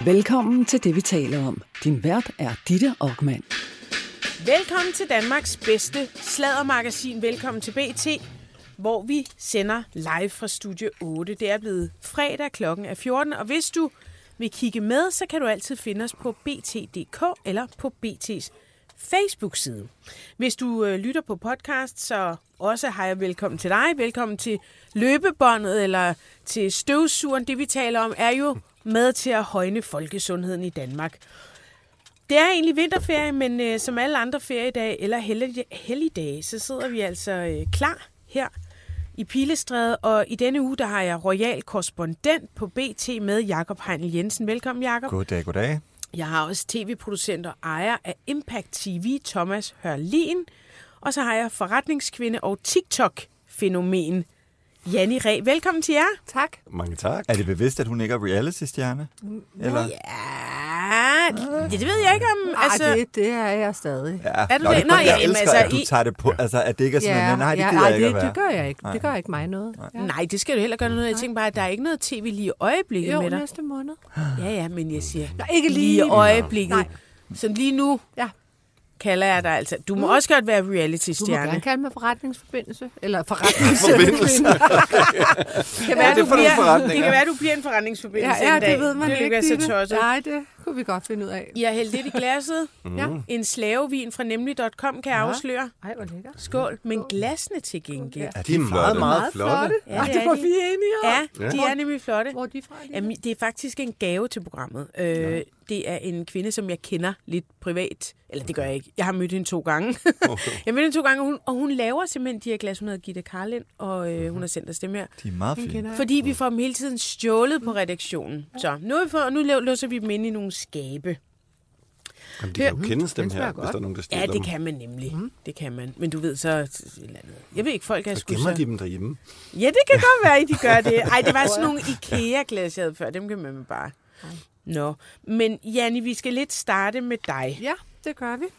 Velkommen til det, vi taler om. Din vært er Ditte Okman. Velkommen til Danmarks bedste sladdermagasin. Velkommen til BT, hvor vi sender live fra Studie 8. Det er blevet fredag, klokken er 14, og hvis du vil kigge med, så kan du altid finde os på bt.dk eller på BT's Facebook-side. Hvis du lytter på podcast, så også har jeg velkommen til dig. Velkommen til løbebåndet eller til støvsugeren. Det vi taler om er jo med til at højne folkesundheden i Danmark. Det er egentlig vinterferie, men som alle andre feriedage eller helligdage, så sidder vi altså klar her i Pilestræde. Og i denne uge, der har jeg royal korrespondent på BT med Jakob Heinl Jensen. Velkommen, Jakob. Goddag, goddag. Jeg har også tv-producent og ejer af Impact TV, Thomas Hørlin. Og så har jeg forretningskvinde og TikTok-fænomen, Janni Ræ. Velkommen til jer. Tak. Mange tak. Er det bevidst, at hun ikke er reality-stjerne? Eller? Ja, det ved jeg ikke om. Altså, det er jeg stadig. Ja. Er du det? Nå, ja, elsker, at du tager det på. Altså, at det ikke er sådan, ja, nej, det gider jeg ikke at være. Det gør jeg ikke. Det gør ikke mig noget. Nej, det skal du heller gøre noget. Jeg tænker bare, at der er ikke noget tv lige i øjeblikket med dig. Jo, næste måned. Ja, men jeg siger, ikke lige i øjeblikket. Nej. Så lige nu kalder jeg dig altså. Du må også godt være reality-stjerne. Du må gerne kalde mig forretningsforbindelse. Eller forretningsforbindelse. Det kan være, du bliver en forretningsforbindelse en dag. Det ved man det ikke. Det så tosset. Nej, det kunne vi godt finde ud af. Jeg har hældt lidt i glasset. En slavevin fra nemlig.com kan jeg afsløre. Ej, hvor lækkert. Skål. Men glasene til gengæld. Ja, de er meget, meget flotte. Ja, det var vi enige om. Ja, de er nemlig flotte. Hvor er de fra? Jamen, det er faktisk en gave til programmet. Det er en kvinde, som jeg kender lidt privat. Eller det gør jeg ikke. Jeg har mødt hende 2 gange. Jeg mødte hende 2 gange, og hun laver simpelthen de her glas. Hun hedder Gitte Karlind, og hun har sendt os dem her. De er meget fine. Fordi vi får dem hele tiden stjålet på redaktionen. Så nu låser vi dem ind i nogle skabe. Jamen, de kan jo kendes dem her, hvis der er nogen, der stiller dem. Ja, det kan man nemlig. Det kan man. Men du ved så et eller andet. Jeg ved ikke, folk er sgu så... gemmer de dem derhjemme? Ja, det kan godt være, at de gør det. Ej, det var sådan nogle IKEA-glas, jeg havde før. Dem kan man bare... Nå. Men Janni, vi skal lidt starte med dig. Ja, det gør vi.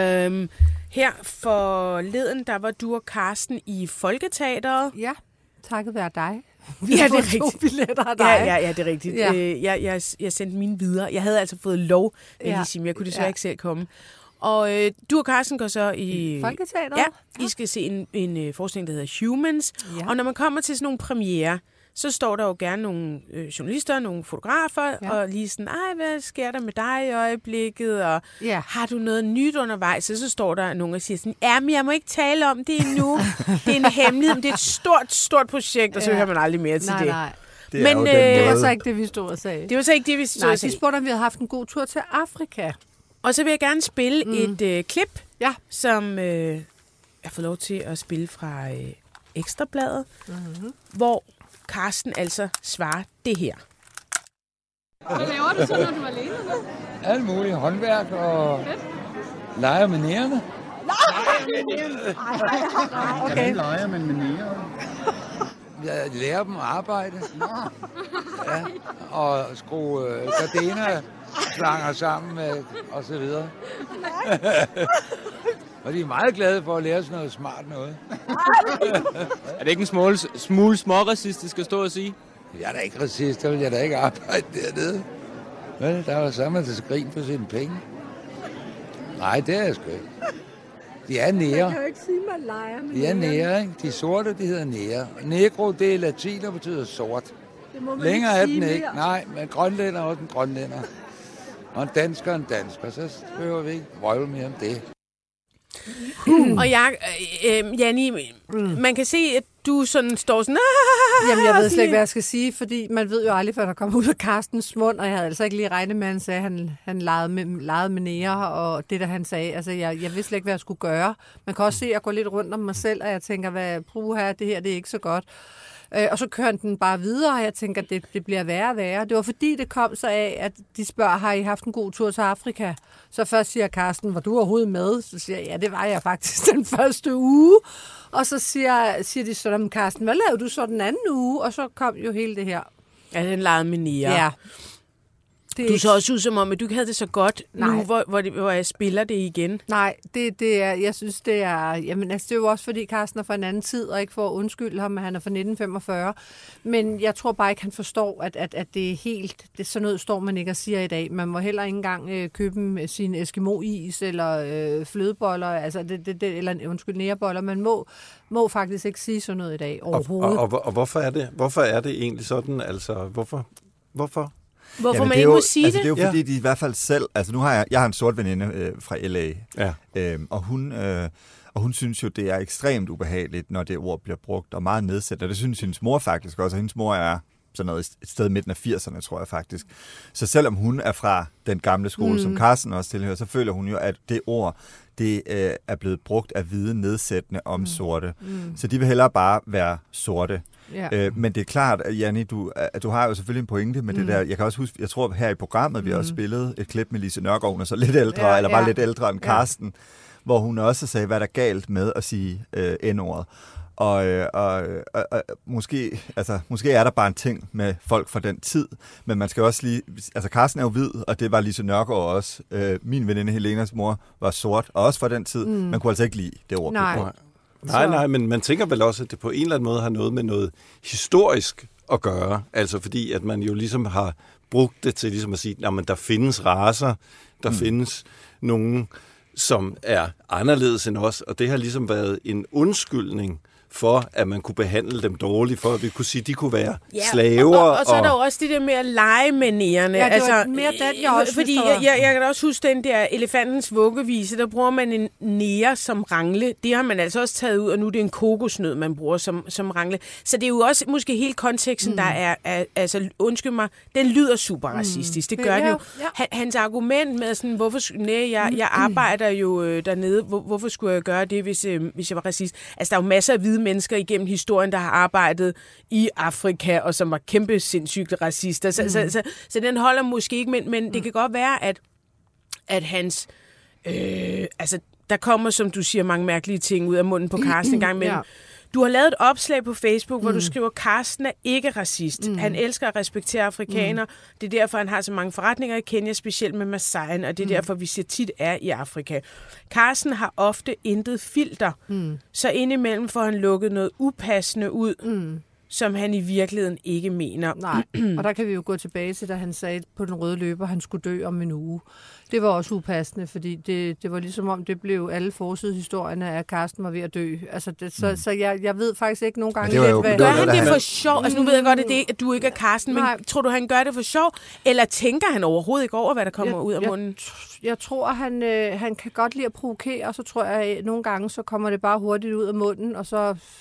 Her forleden, der var du og Karsten i Folketeateret. Ja, takket være dig. Ja, det er rigtigt. 2 billetter af dig. Ja, det er rigtigt. Ja. Jeg sendte mine videre. Jeg havde altså fået lov, jeg kunne desværre ikke selv komme. Og du og Karsten går så i Folketeateret. Ja, I skal se en forskning, der hedder Humans. Ja. Og når man kommer til sådan nogle premiere, så står der jo gerne nogle journalister, nogle fotografer, og lige sådan, hvad sker der med dig i øjeblikket, og har du noget nyt undervejs? Så står der nogen og siger sådan, men jeg må ikke tale om det endnu. Det er en hemmelighed, men det er et stort projekt, og så hører man aldrig mere til det. Nej. Men det var så ikke det, vi stod og sagde. Det var så ikke det, vi stod og sagde. De spurgte, om vi havde haft en god tur til Afrika. Og så vil jeg gerne spille et klip, som jeg har fået lov til at spille fra Ekstrabladet, hvor Karsten altså svarer det her. Hvad laver du så, når du er alene? Alt muligt. Håndværk og leger med nærerne. Okay. Leger man med nære? Jeg lærer dem at arbejde. Ja, og skrue gardiner, slanger sammen og så videre. Og de er meget glade for at lære sådan noget smart noget. Er det ikke en smule småracistisk at stå og sige? Jeg er da ikke racist, der vil jeg da ikke arbejde dernede. Vel, der er jo sammen til skrin for sine penge. Nej, det er jeg sgu ikke. De er nære. Jeg kan jo ikke sige, man leger med de er nære, ikke? De sorte, de hedder nære. Negro, det er latin, og betyder sort. Længere er den ikke. Nej, men grønlænder er også en grønlænder. Og en dansker. Så behøver vi ikke vrøvle mere om det. Og Janni, man kan se, at du sådan står sådan... Jamen, jeg ved slet ikke, hvad jeg skal sige, fordi man ved jo aldrig, hvad der kommer ud af Karstens mund, og jeg havde altså ikke lige regnet med, at han sagde, at han legede med nære, og det, der han sagde. Altså, jeg vidste slet ikke, hvad jeg skulle gøre. Man kan også se, at jeg går lidt rundt om mig selv, og jeg tænker, det her, det er ikke så godt. Og så kører den bare videre, og jeg tænker, det bliver værre og værre. Det var fordi, det kom så af, at de spørger, har I haft en god tur til Afrika? Så først siger Karsten, var du overhovedet med? Så siger jeg, ja, det var jeg faktisk den første uge. Og så siger de sådan, Karsten, hvad lavede du så den anden uge? Og så kom jo hele det her. Ja, den legede med nære. Ja. Du så også ud som om, at du ikke havde det så godt nu, hvor jeg spiller det igen. Nej, det er, jeg synes, det er... Jamen, altså, det er jo også, fordi Carsten er fra en anden tid, og ikke for at undskylde ham, at han er fra 1945. Men jeg tror bare ikke, han forstår, at det er helt... Det er sådan noget, står man ikke og siger i dag. Man må heller ikke engang købe sin Eskimo-is eller flødeboller, altså eller nægerboller. Man må faktisk ikke sige sådan noget i dag overhovedet. Og hvorfor er det egentlig sådan? Altså, hvorfor? Hvorfor man ikke må sige det? Det er jo fordi, de i hvert fald selv... Altså, nu har jeg har en sort veninde fra L.A., og hun synes jo, det er ekstremt ubehageligt, når det ord bliver brugt, og meget nedsættende. Det synes hendes mor faktisk også, og hendes mor er sådan noget et sted midten af 80'erne, tror jeg faktisk. Så selvom hun er fra den gamle skole, som Carsten også tilhører, så føler hun jo, at det ord, det er blevet brugt af hvide nedsættende om sorte. Så de vil hellere bare være sorte. Yeah. Men det er klart, at Janni, du har jo selvfølgelig en pointe med det der. Jeg kan også huske, jeg tror her i programmet, vi har også spillet et klip med Lise Nørgaard, og så lidt ældre, eller var lidt ældre end Carsten, hvor hun også sagde, hvad der er galt med at sige N-ordet. Og måske er der bare en ting med folk fra den tid, men man skal også lige... Altså, Carsten er jo hvid, og det var Lise Nørgaard også. Min veninde Helenas mor var sort, og også fra den tid. Man kunne altså ikke lide det ord. Nej, men man tænker vel også, at det på en eller anden måde har noget med noget historisk at gøre. Altså fordi, at man jo ligesom har brugt det til ligesom at sige, at der findes racer, der findes nogen, som er anderledes end os, og det har ligesom været en undskyldning for, at man kunne behandle dem dårligt, for at vi kunne sige, at de kunne være slaver. Og så er der jo også det der med at lege med nærerne. Ja, det var mere den, jeg også fordi jeg kan også huske den der elefantens vuggevise, der bruger man en nære som rangle. Det har man altså også taget ud, og nu er det en kokosnød, man bruger som rangle. Så det er jo også måske hele konteksten, der er altså, undskyld mig, den lyder super racistisk. Det gør det jo. Ja. Hans argument med sådan, jeg arbejder jo dernede, hvorfor skulle jeg gøre det, hvis jeg var racist? Altså, der er jo masser af hvide mennesker igennem historien, der har arbejdet i Afrika, og som var kæmpe sindssygt racister. Så den holder måske ikke, men det kan godt være, at hans... altså, der kommer, som du siger, mange mærkelige ting ud af munden på Carsten en gang imellem. Ja. Du har lavet et opslag på Facebook, hvor du skriver, at Carsten er ikke racist. Han elsker at respektere afrikanere. Det er derfor, han har så mange forretninger i Kenya, specielt med Masai'en, og det er derfor, vi ser tit er i Afrika. Carsten har ofte intet filter, så indimellem får han lukket noget upassende ud, som han i virkeligheden ikke mener. Nej, og der kan vi jo gå tilbage til, da han sagde på den røde løber, at han skulle dø om en uge. Det var også upassende, fordi det var ligesom om, det blev alle forsidehistorierne af, at Carsten var ved at dø. Altså, så jeg ved faktisk ikke nogen gange lidt, hvad... Gør han det for sjov? Altså, nu ved jeg godt, at du ikke er Carsten, men tror du, han gør det for sjov? Eller tænker han overhovedet ikke over, hvad der kommer ud af munden? Jeg tror, han kan godt lide at provokere, og så tror jeg, at nogle gange, så kommer det bare hurtigt ud af munden, og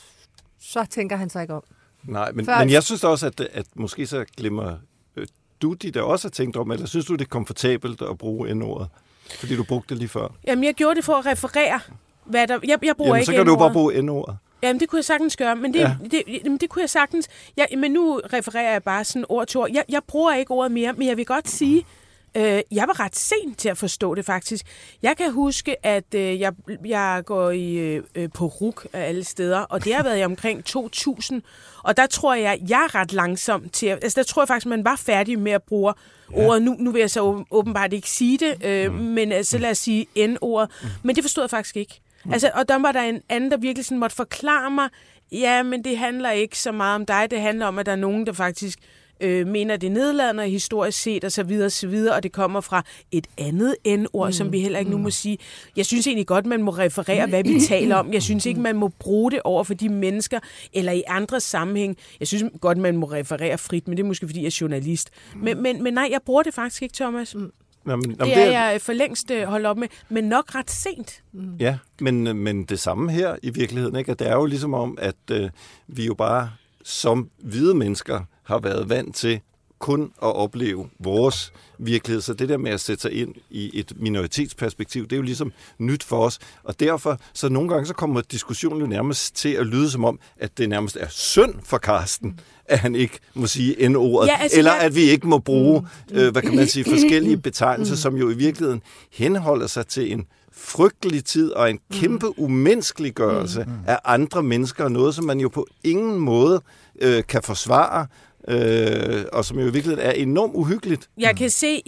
så tænker han sig ikke om. Nej, men jeg synes også, at måske så glemmer du de der også har tænkt om, eller synes du, det er komfortabelt at bruge N-ordet? Fordi du brugte det lige før. Jamen, jeg gjorde det for at referere, hvad der... Jeg bruger Jamen, ikke så kan du bare bruge N-ordet. Jamen, det kunne jeg sagtens gøre, men det kunne jeg sagtens... Men nu refererer jeg bare sådan ord til ord. Jeg bruger ikke ordet mere, men jeg vil godt sige... Jeg var ret sent til at forstå det, faktisk. Jeg kan huske, at jeg går på RUK af alle steder, og det har været i omkring 2000. Og der tror jeg er ret langsom til at... Altså, der tror jeg faktisk, man var færdig med at bruge ordet. Nu vil jeg så åbenbart ikke sige det, men så lad os sige N-ordet. Men det forstod jeg faktisk ikke. Altså, og der var der en anden, der virkelig sådan måtte forklare mig, ja, men det handler ikke så meget om dig. Det handler om, at der er nogen, der faktisk... mener det nedladende historisk set og så videre, og det kommer fra et andet N-ord, som vi heller ikke nu må sige. Jeg synes egentlig godt, man må referere, hvad vi taler om. Jeg synes ikke, man må bruge det over for de mennesker, eller i andre sammenhæng. Jeg synes godt, man må referere frit, men det er måske, fordi jeg er journalist. Men nej, jeg bruger det faktisk ikke, Thomas. Det er jeg for længst holdt op med, men nok ret sent. Ja, men det samme her i virkeligheden, ikke? At det er jo ligesom om, at vi jo bare som hvide mennesker har været vant til kun at opleve vores virkelighed. Så det der med at sætte sig ind i et minoritetsperspektiv, det er jo ligesom nyt for os. Og derfor, så nogle gange så kommer diskussionen jo nærmest til at lyde som om, at det nærmest er synd for Carsten, at han ikke må sige N-ordet, eller at vi ikke må bruge, hvad kan man sige, forskellige betegnelser, som jo i virkeligheden henholder sig til en frygtelig tid og en kæmpe umenneskeliggørelse af andre mennesker, noget som man jo på ingen måde kan forsvare, og som jo i virkeligheden er enormt uhyggeligt. Jeg kan se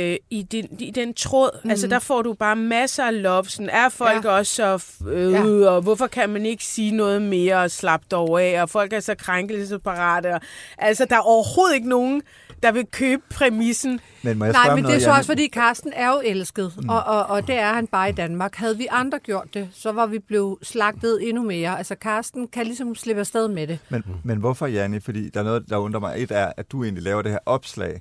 i den tråd, altså der får du bare masser af love. Sådan, er folk også så og hvorfor kan man ikke sige noget mere og slappe dig over af, og folk er så krænkelseparate. Altså, der er overhovedet ikke nogen, der vil købe præmissen. Men må jeg Nej, men det er så Janne? også, fordi Carsten er jo elsket, og det er han bare i Danmark. Havde vi andre gjort det, så var vi blevet slagtet endnu mere. Altså, Carsten kan ligesom slippe afsted med det. Men hvorfor, Janne? Fordi der er noget, der undrer mig. Et er, at du egentlig laver det her opslag,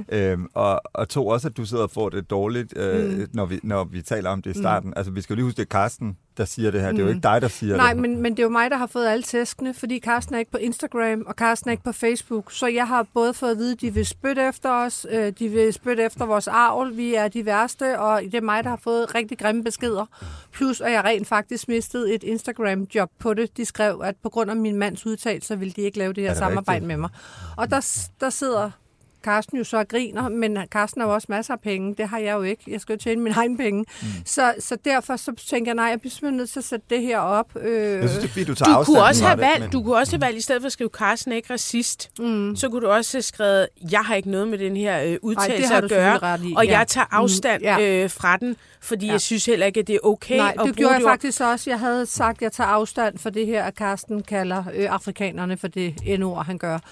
og to også, at du sidder og får det dårligt, når vi taler om det i starten. Altså, vi skal jo lige huske, det er Carsten, der siger det her. Det er jo ikke dig, der siger Nej, det. men det er jo mig, der har fået alle tæskene, fordi Carsten er ikke på Instagram, og Carsten er ikke på Facebook. Så jeg har både fået at vide, at de vil spytte efter os, de vil spytte efter vores avl, vi er de værste, og det er mig, der har fået rigtig grimme beskeder. Plus, at jeg rent faktisk mistede et Instagram-job på det. De skrev, at på grund af min mands udtalelser, ville de ikke lave det her samarbejde rigtigt? Med mig. Og der sidder Carsten jo så og griner, men Carsten har jo også masser af penge. Det har jeg jo ikke. Jeg skal jo tjene mine egne penge. Så derfor så tænker jeg, nej, jeg bliver simpelthen nødt til at sætte det her op. Jeg synes, det er fordi, du tager afstand. Du kunne også have valgt, i stedet for at skrive, Carsten er ikke racist, så kunne du også have skrevet, jeg har ikke noget med den her udtalelse at gøre, og jeg tager afstand fra den, fordi jeg synes heller ikke, at det er okay. Nej, det gjorde jeg faktisk også. Jeg havde sagt, at jeg tager afstand for det her, at Carsten kalder afrikanerne for det n-ord, han gør.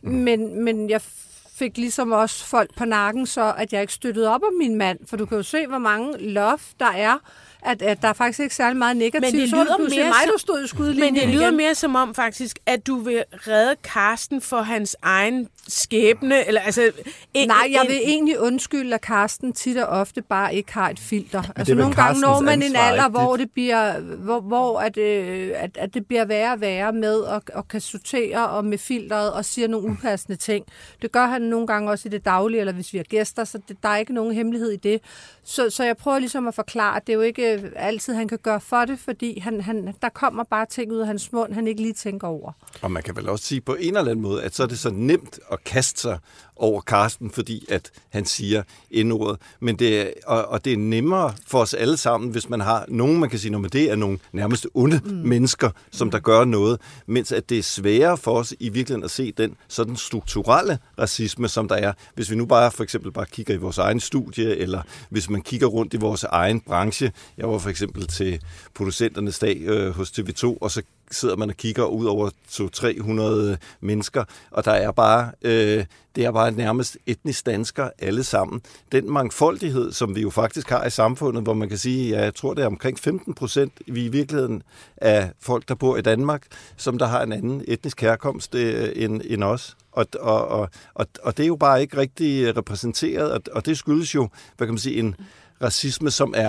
Men jeg fik ligesom også folk på nakken, så at jeg ikke støttede op om min mand. For du kan jo se, hvor mange love der er, at der er faktisk ikke særlig meget negativt. Men det lyder mere du stod i skudlinjen. Men det lyder mere som om faktisk, at du vil redde Carsten for hans egen skæbne. Eller, altså, nej, jeg vil egentlig undskylde, at Carsten tit og ofte bare ikke har et filter. Altså nogle gange når man en alder, hvor det bliver, hvor at det bliver værre og værre med at kan sortere og med filteret og siger nogle upassende ting. Det gør han nogle gange også i det daglige, eller hvis vi har gæster, så der er ikke nogen hemmelighed i det. Så jeg prøver ligesom at forklare, at det er jo ikke altid, han kan gøre for det, fordi der kommer bare ting ud af hans mund, han ikke lige tænker over. Og man kan vel også sige på en eller anden måde, at så er det så nemt at kaste sig over Carsten, fordi at han siger n-ordet. Men det er nemmere for os alle sammen, hvis man har nogen, man kan sige, når det er nogle nærmest onde mennesker, som der gør noget, mens at det er sværere for os i virkeligheden at se den sådan strukturelle racisme, som der er. Hvis vi nu for eksempel bare kigger i vores egen studie, eller hvis man kigger rundt i vores egen branche. Jeg var for eksempel til producenternes dag hos TV2, og så sidder man og kigger ud over 200-300 mennesker, og der er bare, det er bare nærmest etnisk danskere alle sammen. Den mangfoldighed, som vi jo faktisk har i samfundet, hvor man kan sige, jeg tror det er omkring 15% i virkeligheden af folk, der bor i Danmark, som der har en anden etnisk herkomst end os. Og det er jo bare ikke rigtig repræsenteret, og det skyldes jo, hvad kan man sige, en racisme, som er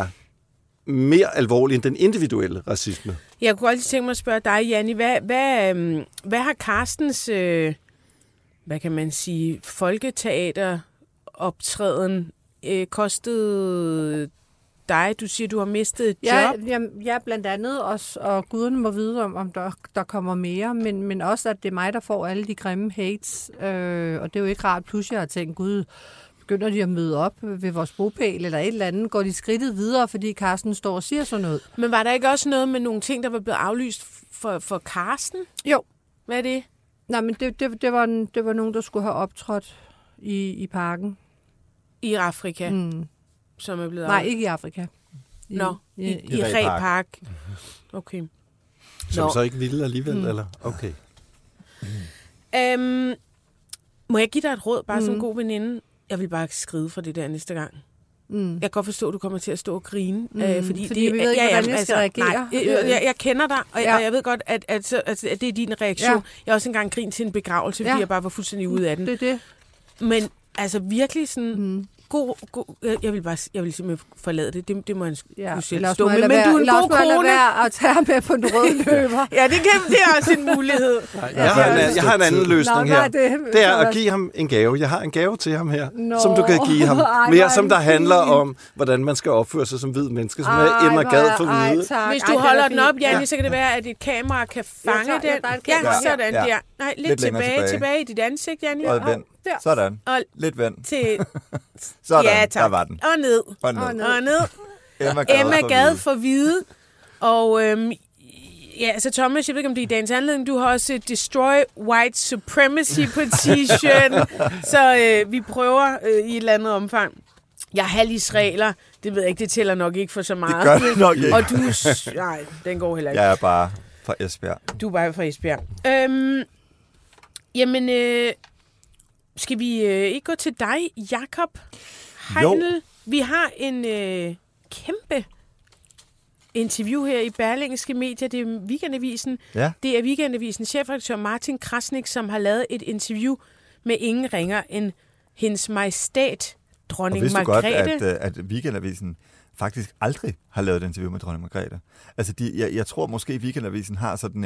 mere alvorlig end den individuelle racisme. Jeg kunne godt tænke mig at spørge dig, Janni, hvad har Carstens, hvad kan man sige, folketeateroptræden kostet dig? Du siger, du har mistet et job. Ja, blandt andet også, og guderne må vide, om der kommer mere, men også, at det er mig, der får alle de grimme hates, og det er jo ikke rart. Plus, jeg har tænkt, gud, begynder de at møde op ved vores bopæl eller et eller andet, går de skridtet videre, fordi Carsten står og siger sådan noget. Men var der ikke også noget med nogle ting, der var blevet aflyst for Carsten? Jo. Hvad er det? Nej, men det var nogen, der skulle have optrådt i parken. I Afrika? Som er blevet Nej, ikke i Afrika. I Reh Park. Okay. Som så ikke ville alligevel, eller? Okay. Må jeg give dig et råd, bare som god veninde? Jeg vil bare skride for det der næste gang. Jeg kan godt forstå, at du kommer til at stå og grine. Fordi vi ved ikke, hvordan jeg skal reagere. Jeg kender dig, og jeg ved godt, at det er din reaktion. Ja. Jeg har også engang grint til en begravelse, fordi jeg bare var fuldstændig ude af den. Det er det. Men altså virkelig sådan... Jeg vil simpelthen forlade det. Det må han selv stå med. Men du er en god kone. Være at tage med på den røde løber. Ja, det er også en mulighed. Jeg har en anden løsning her. Det er at give ham en gave. Jeg har en gave til ham her, som du kan give ham. Mere som der handler om, hvordan man skal opføre sig som hvid menneske, som er Emma gad for hvide. Hvis du holder den op, Janni, så kan det være, at et kamera kan fange den. Ja, sådan der. Nej, lidt tilbage i dit ansigt, Janni. Sådan. Lidt vend. Sådan, der var den. Og ned. Emma Gad for hvide. Og Ja, altså Thomas, jeg ved ikke, om det er i dagens anledning. Du har også Destroy White Supremacy på t-shirten. Så vi prøver i et eller andet omfang. Jeg er halv israeler. Det ved jeg ikke, det tæller nok ikke for så meget. Det gør det nok ikke. Og du... Nej, den går heller ikke. Jeg er bare fra Esbjerg. Du er bare fra Esbjerg. Skal vi ikke gå til dig, Jakob Heinl? Vi har en kæmpe interview her i Berlingske Media. Det er Weekendavisen. Ja. Det er Weekendavisens chefredaktør Martin Krasnik, som har lavet et interview med ingen ringer end hendes majestæt, dronning Margrethe. Og vidste du godt, at Weekendavisen faktisk aldrig har lavet et interview med dronning Margrethe? Altså, jeg tror måske, at Weekendavisen har sådan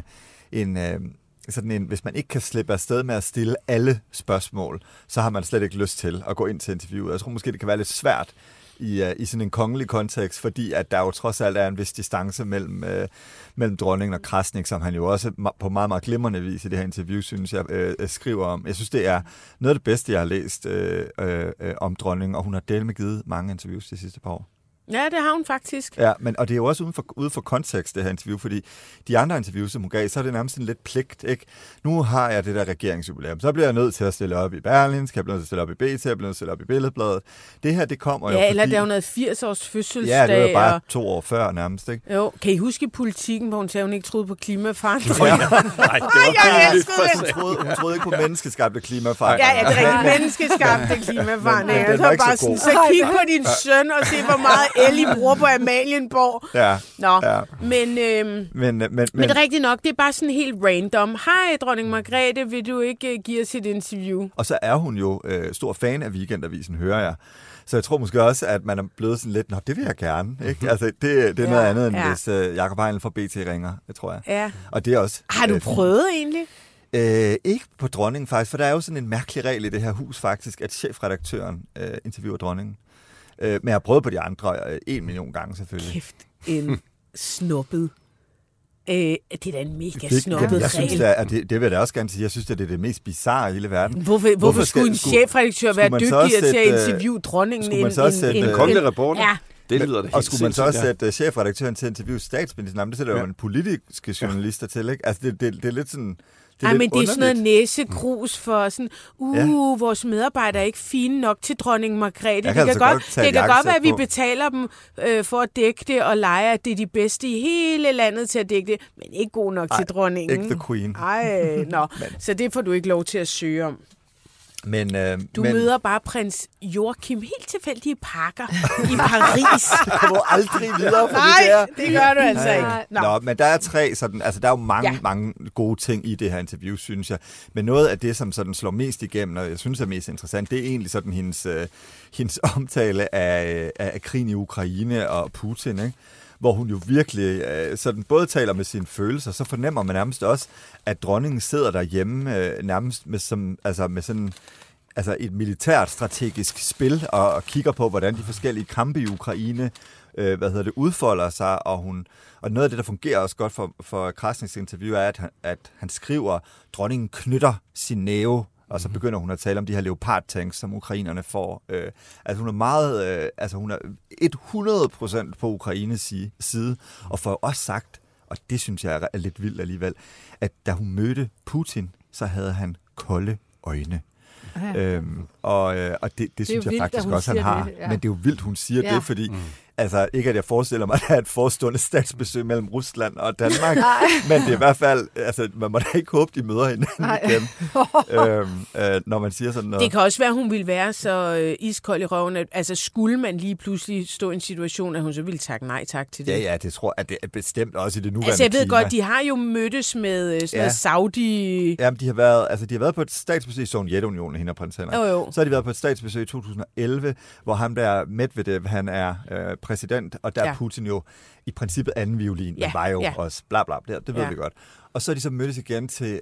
en, hvis man ikke kan slippe afsted med at stille alle spørgsmål, så har man slet ikke lyst til at gå ind til interviewet. Jeg tror måske, det kan være lidt svært i sådan en kongelig kontekst, fordi at der jo trods alt er en vis distance mellem dronningen og Krasnik, som han jo også på meget, meget glimrende vis i det her interview, synes jeg, skriver om. Jeg synes, det er noget af det bedste, jeg har læst om dronningen, og hun har delt med givet mange interviews de sidste par år. Ja, det har hun faktisk. Ja, og det er jo også uden for kontekst, det her interview, fordi de andre interviews, som hun gav, så er det nærmest en lidt pligt, ikke? Nu har jeg det der regeringsjubilæum, så bliver jeg nødt til at stille op i Berlingske, jeg bliver nødt til at stille op i BT, jeg bliver nødt til at stille op i Billedbladet. Det her, det kommer jo, eller der er jo noget 80-års fødselsdag. Ja, det var bare 2 år før nærmest, ikke? Jo, kan I huske Politikken, hvor hun sagde, hun ikke troede på klimaforandringer? Nej, det var pinligt. Hun troede ikke på menneskeskabte klimaforandringer. Ja, det er rigtig menneskeskabte klimaforandringer. Jeg så bare sådan, så kig på din søn og se, hvor meget el I bruger på Amalienborg. Ja. Nå, ja. Men rigtigt nok, det er bare sådan helt random. Hej, dronning Margrethe, vil du ikke give os et interview? Og så er hun jo stor fan af Weekendavisen, hører jeg. Så jeg tror måske også, at man er blevet sådan lidt, nå, det vil jeg gerne. Ikke? Altså, det er noget andet, end hvis Jakob Heinl fra BT ringer, det tror jeg. Ja. Og det er også... Har du prøvet egentlig? Ikke på dronningen faktisk, for der er jo sådan en mærkelig regel i det her hus faktisk, at chefredaktøren interviewer dronningen. Men jeg har prøvet på de andre 1 million gange selvfølgelig. Kæft, en snuppet. Det er da en mega snuppet jeg regel. synes, at det vil jeg da også gerne sige. Jeg synes, at det er det mest bizarre i hele verden. Hvorfor skulle en chefredaktør være dygtigere til at interviewe dronningen end en kongelig reporter? Ja. Det lyder det helt. Og skulle man så også sætte chefredaktøren til at interviewe statsministeren? Det sætter jo en politiske journalister til, ikke? Altså, det er lidt sådan... Nej, men det er sådan noget næsegrus for sådan, vores medarbejdere er ikke fine nok til dronning Margrethe. Det kan godt være, at vi betaler dem for at dække det, og leger, at det er de bedste i hele landet til at dække det, men ikke god nok til dronningen. Ikke the queen. Så det får du ikke lov til at søge om. Du møder bare prins Joachim helt tilfældigt i parker i Paris. Du kommer aldrig videre fra det der. Nej, det gør du altså ikke. Nå, men der er 3 sådan, altså der er jo mange gode ting i det her interview, synes jeg. Men noget af det, som sådan slår mest igennem, og jeg synes er mest interessant, det er egentlig sådan hendes omtale af krigen i Ukraine og Putin, ikke? Hvor hun jo virkelig sådan både taler med sine følelser, så fornemmer man nærmest også, at dronningen sidder derhjemme nærmest med sådan et militært strategisk spil og kigger på, hvordan de forskellige kampe i Ukraine udfolder sig, og noget af det, der fungerer også godt for Krasniks interview, er, at han skriver, dronningen knytter sin næve, og så begynder hun at tale om de her Leopard-tanks, som ukrainerne får. Hun er meget, hun er 100% på Ukraines side, og får også sagt, og det synes jeg er lidt vildt alligevel, at da hun mødte Putin, så havde han kolde øjne. Og det synes jeg faktisk også, han har. Men det er jo vildt, hun siger det, fordi ikke at jeg forestiller mig, at der er et forestående statsbesøg mellem Rusland og Danmark, men det er i hvert fald, man må da ikke håbe, de møder hinanden igen, når man siger sådan noget. Det kan også være, at hun ville være så iskold i røven, at skulle man lige pludselig stå i en situation, at hun så ville takke nej tak til det. Ja, det tror jeg, det er bestemt også i det nuværende jeg ved godt, de har jo mødtes med sådan noget Saudi... Jamen, de har været på et statsbesøg i Sovjetunionen, hende og prins Henrik. Jo. Så har de været på et statsbesøg i 2011, hvor ham der Medvedev, han er præsident, og der er Putin jo i princippet anden violin, men var jo også bla bla, det ved vi godt. Og så er de så mødtes igen til,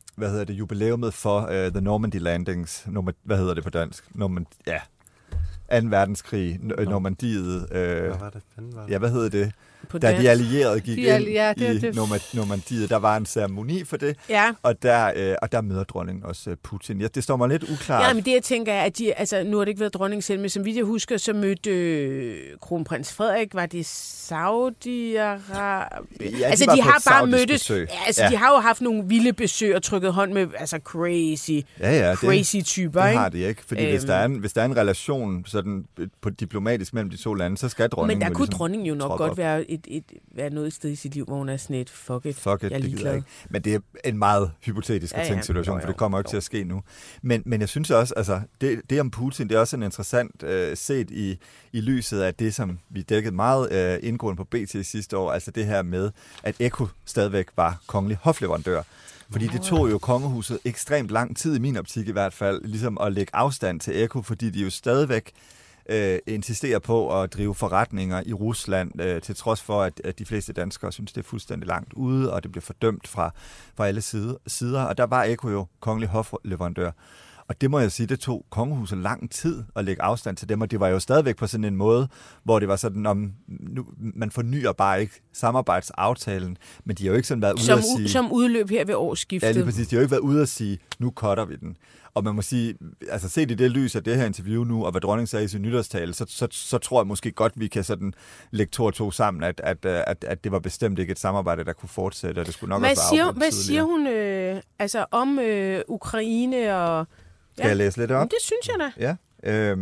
jubileumet for The Normandy Landings, hvad hedder det på dansk? verdenskrig, Normandiet. Hvad var det? Ja, hvad hed det? På Da dansk. de allierede gik ind i det. Normandiet, der var en ceremoni for det, Ja. og der møder dronningen også Putin. Ja, det står mig lidt uklart. Ja, men det jeg tænker er, at nu har det ikke været dronningen selv, men som vidt jeg husker, så mødte kronprins Frederik, var det Saudi-Arabien? Ja, altså, var de på har et bare saudisk mødtes. besøg. Ja, altså, de har jo haft nogle vilde besøg og trykket hånd med crazy typer, det ikke? har de ikke, fordi hvis der er en relation sådan på diplomatisk mellem de to lande, så skal dronningen. Men der kunne ligesom dronningen jo nok godt op. være noget et sted i sit liv, hvor hun er sådan et fuck it, jeg er det gider ligeglad. ikke. Men det er en meget hypotetisk tænkt situation, for det kommer jo ikke til at ske nu. Men jeg synes også, altså det om Putin, det er også en interessant set i lyset af det, som vi dækkede meget indgående på BT sidste år, altså det her med, at Echo stadigvæk var kongelig hofleverandør. Fordi det tog jo kongehuset ekstremt lang tid, i min optik i hvert fald, ligesom at lægge afstand til Echo, fordi de jo stadigvæk insisterer på at drive forretninger i Rusland, til trods for, at de fleste danskere synes, det er fuldstændig langt ude, og det bliver fordømt fra alle sider. Og der var Echo jo kongelig hofleverandør. Og det må jeg sige, det tog kongehuset lang tid at lægge afstand til dem, og det var jo stadigvæk på sådan en måde, hvor det var sådan, man fornyer bare ikke samarbejdsaftalen, men de har jo ikke sådan været ude at sige... Som udløb her ved årsskiftet. Ja, lige præcis. De har jo ikke været ude at sige, nu cutter vi den. Og man må sige, altså set i det lys af det her interview nu, og hvad dronningen sagde i sin nytårstale, så tror jeg måske godt, vi kan sådan lægge 2 og 2 sammen, at det var bestemt ikke et samarbejde, der kunne fortsætte, og det skulle nok også være Hvad siger hun om Ukraine og... Kan jeg læse lidt op? Det synes jeg da. Ja.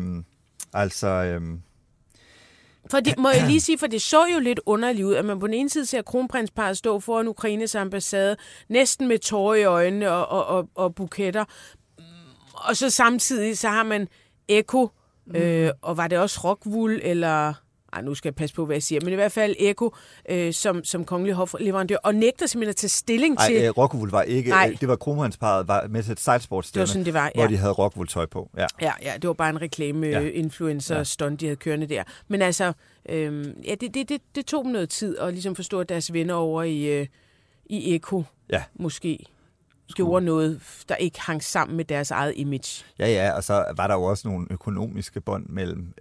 Må jeg lige sige, for det så jo lidt underligt ud, at man på den ene side ser kronprinsparret stå foran Ukraines ambassade, næsten med tårer i øjnene og buketter, og så samtidig så har man Echo, og var det også Rockwool, eller... nu skal jeg passe på, hvad jeg siger, men i hvert fald Echo som kongelig hofleverandør, og nægter simpelthen at tage stilling til... Nej, Rockwool var ikke... Det var kronprinsparret var med til et sejlsportsstævne, det var sådan, det var, hvor de havde Rockwool-tøj på. Ja, det var bare en reklame-influencer-stunt, de havde kørende der. Men altså, det tog dem noget tid at ligesom forstå, at deres venner over i Echo måske gjorde noget, der ikke hang sammen med deres eget image. Ja, og så var der jo også nogle økonomiske bånd mellem,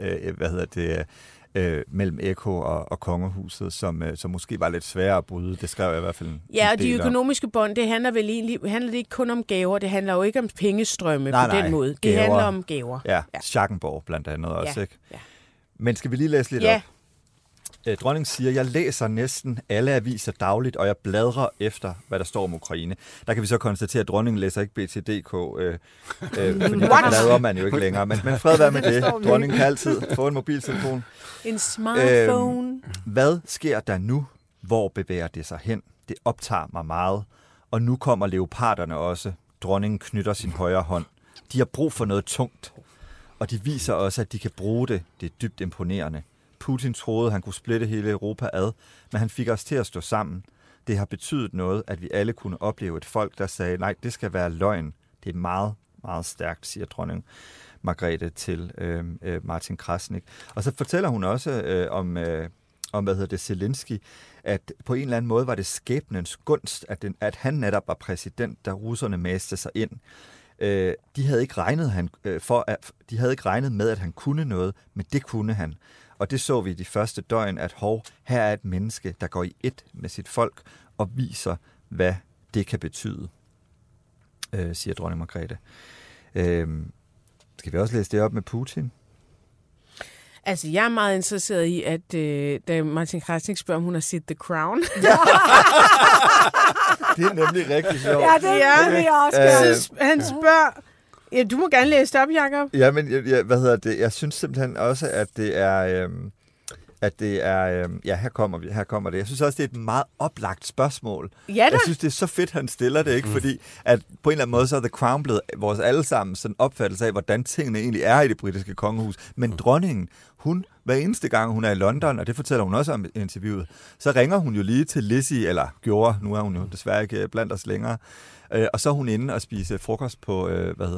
mellem Echo og kongehuset, som måske var lidt sværere at bryde. Det skrev jeg i hvert fald en og de økonomiske bånd, det handler vel egentlig det ikke kun om gaver, det handler jo ikke om pengestrømme på den måde. Det gaver. handler om gaver. Ja, Schackenborg blandt andet også, ikke? Ja. Men skal vi lige læse lidt op? Dronningen siger, jeg læser næsten alle aviser dagligt, og jeg bladrer efter, hvad der står om Ukraine. Der kan vi så konstatere, at dronningen læser ikke BT.dk, fordi der bladrer man jo ikke længere. Men fred være med det. Dronningen kan altid få en mobiltelefon. En smartphone. Hvad sker der nu? Hvor bevæger det sig hen? Det optager mig meget. Og nu kommer leoparderne også. Dronningen knytter sin højre hånd. De har brug for noget tungt. Og de viser også, at de kan bruge det. Det er dybt imponerende. Putin troede, han kunne splitte hele Europa ad, men han fik os til at stå sammen. Det har betydet noget, at vi alle kunne opleve et folk, der sagde, nej, det skal være løgn. Det er meget, meget stærkt, siger dronning Margrethe til Martin Krasnik. Og så fortæller hun også om Zelensky, at på en eller anden måde var det skæbnens gunst, at han netop var præsident, da russerne maste sig ind. De havde ikke regnet med, at han kunne noget, men det kunne han. Og det så vi i de første døgn, at her er et menneske, der går i ét med sit folk og viser, hvad det kan betyde, siger dronning Margrethe. Skal vi også læse det op med Putin? Altså, jeg er meget interesseret i, at da Martin Krasnik spørger, om hun har set The Crown. Det er nemlig rigtig sjovt. Ja, det er vi også. Han spørger... Ja, du må gerne læse det op, Jacob. Ja, men jeg synes simpelthen også, at det er... her kommer det. Jeg synes også, det er et meget oplagt spørgsmål. Ja da. Jeg synes, det er så fedt, han stiller det, ikke? Fordi at på en eller anden måde, så er The Crown blevet vores allesammen sådan opfattelse af, hvordan tingene egentlig er i det britiske kongehus. Men dronningen, hver eneste gang, hun er i London, og det fortæller hun også om i interviewet, så ringer hun jo lige til Lizzie, eller gjorde, nu er hun jo desværre ikke blandt os længere, og så er hun inde og spise frokost på,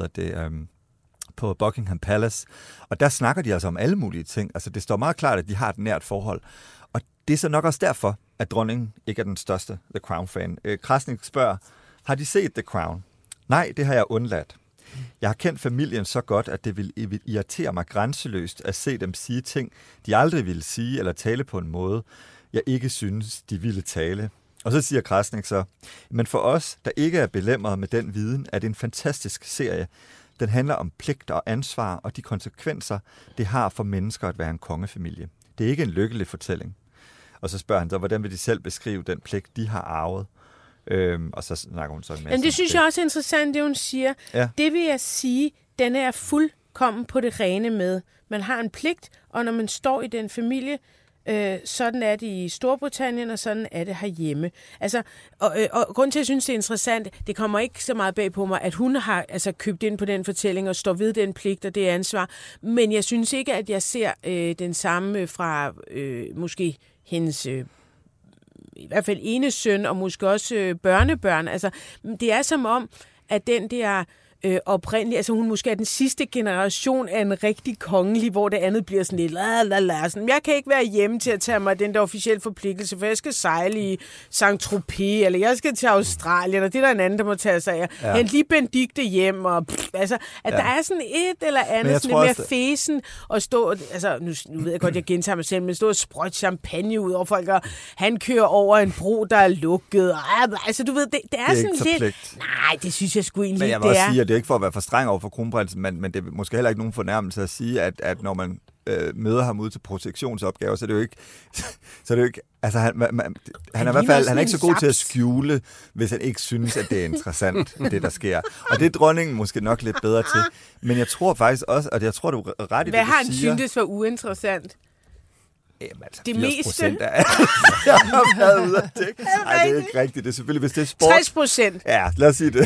på Buckingham Palace, og der snakker de altså om alle mulige ting. Altså det står meget klart, at de har et nært forhold, og det er så nok også derfor, at dronningen ikke er den største The Crown-fan. Krasnik spørger, har de set The Crown? Nej, det har jeg undladt. Jeg har kendt familien så godt, at det vil irritere mig grænseløst at se dem sige ting, de aldrig ville sige eller tale på en måde, jeg ikke synes, de ville tale. Og så siger Krasnik så, men for os, der ikke er belemret med den viden, er det en fantastisk serie. Den handler om pligt og ansvar og de konsekvenser, det har for mennesker at være en kongefamilie. Det er ikke en lykkelig fortælling. Og så spørger han så, hvordan vil de selv beskrive den pligt, de har arvet? Og så snakker hun så en masse. Men det synes jeg også er interessant, det hun siger. Ja. Det vil jeg sige, den er fuldkommen på det rene med. Man har en pligt, og når man står i den familie, sådan er det i Storbritannien, og sådan er det herhjemme. Altså, og grund til, at jeg synes, det er interessant, det kommer ikke så meget bag på mig, at hun har købt ind på den fortælling og står ved den pligt og det ansvar. Men jeg synes ikke, at jeg ser den samme fra måske hendes i hvert fald ene søn, og måske også børnebørn. Altså, det er som om, at den der oprindelig, altså hun måske er den sidste generation af en rigtig kongelig, hvor det andet bliver sådan lidt sådan. Jeg kan ikke være hjemme til at tage mig den der officielle forpligtelse, for jeg skal sejle i Saint-Tropez, eller jeg skal til Australien, og det er der en anden, der må tage sig af. Ja. Hent lige Benedikte hjem, og altså, at der er sådan et eller andet, sådan lidt mere fesen, og stå, altså, nu ved jeg godt, jeg gentager mig selv, men stå og sprøjte champagne ud over folk, og han kører over en bro, der er lukket, altså du ved, det er sådan lidt, pligt. Nej, det synes jeg sgu egentlig ikke, det er. Det er ikke for at være for streng over for kronprinsen, men det er måske heller ikke nogen fornærmelse at sige, at når man møder ham ud til protektionsopgaver, så er det jo ikke, altså han er i hvert fald, han er ikke så god til at skjule, hvis han ikke synes, at det er interessant, det der sker. Og det er dronningen måske nok lidt bedre til. Men jeg tror faktisk også, og jeg tror, du er ret i det, hvad har han syntes var uinteressant? Jamen, altså, det meste. Af jeg har været ude af det. Nej, det er ikke rigtigt. Det er selvfølgelig, hvis det er sport. 60%. Ja, lad os sige det.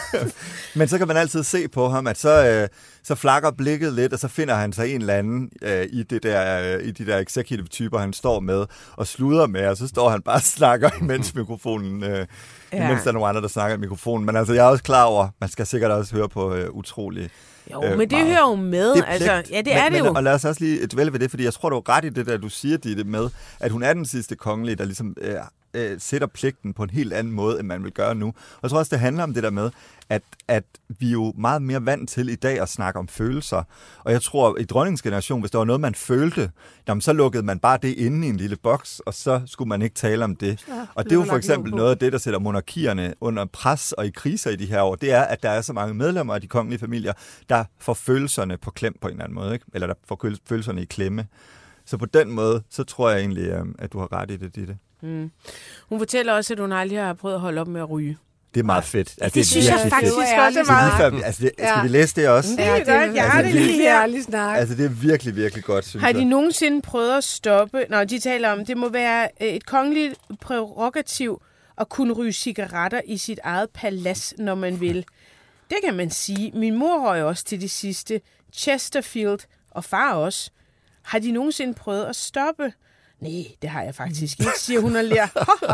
Men så kan man altid se på ham, at så flakker blikket lidt, og så finder han sig en eller anden i de der executive typer, han står med og sluder med, og så står han bare og snakker imens mikrofonen, imens der er nogle andre, der snakker i mikrofonen. Men altså, jeg er også klar over, man skal sikkert også høre på utrolig. Jo, men det hører jo med. Det altså, ja, det er det jo. Og lad os også lige dvæle ved det, fordi jeg tror, du er ret i det der, du siger, det med, at hun er den sidste kongelige, der ligesom sætter pligten på en helt anden måde, end man vil gøre nu. Og jeg tror også, det handler om det der med, at vi er jo meget mere vant til i dag at snakke om følelser. Og jeg tror, i dronningens generation, hvis der var noget, man følte, jamen, så lukkede man bare det inde i en lille boks, og så skulle man ikke tale om det. Ja, og det er jo for eksempel noget af det, der sætter monarkierne under pres og i kriser i de her år, det er, at der er så mange medlemmer af de kongelige familier, der får følelserne på klem på en eller anden måde, ikke? Eller der får følelserne i klemme. Så på den måde, så tror jeg egentlig, at du har ret i det, Ditte. Mm. Hun fortæller også, at hun aldrig har prøvet at holde op med at ryge. Det er meget fedt. Altså, det synes jeg faktisk også er meget. Altså, skal vi læse det også? Ja, det er jeg har det lige her. Altså, det er virkelig, virkelig godt, synes jeg. Har de nogensinde prøvet at stoppe, når de taler om, det må være et kongeligt prærogativ at kunne ryge cigaretter i sit eget palads, når man vil. Det kan man sige. Min mor røg også til det sidste. Chesterfield og far også. Har de nogensinde prøvet at stoppe? Nej, det har jeg faktisk ikke, siger hun og ler.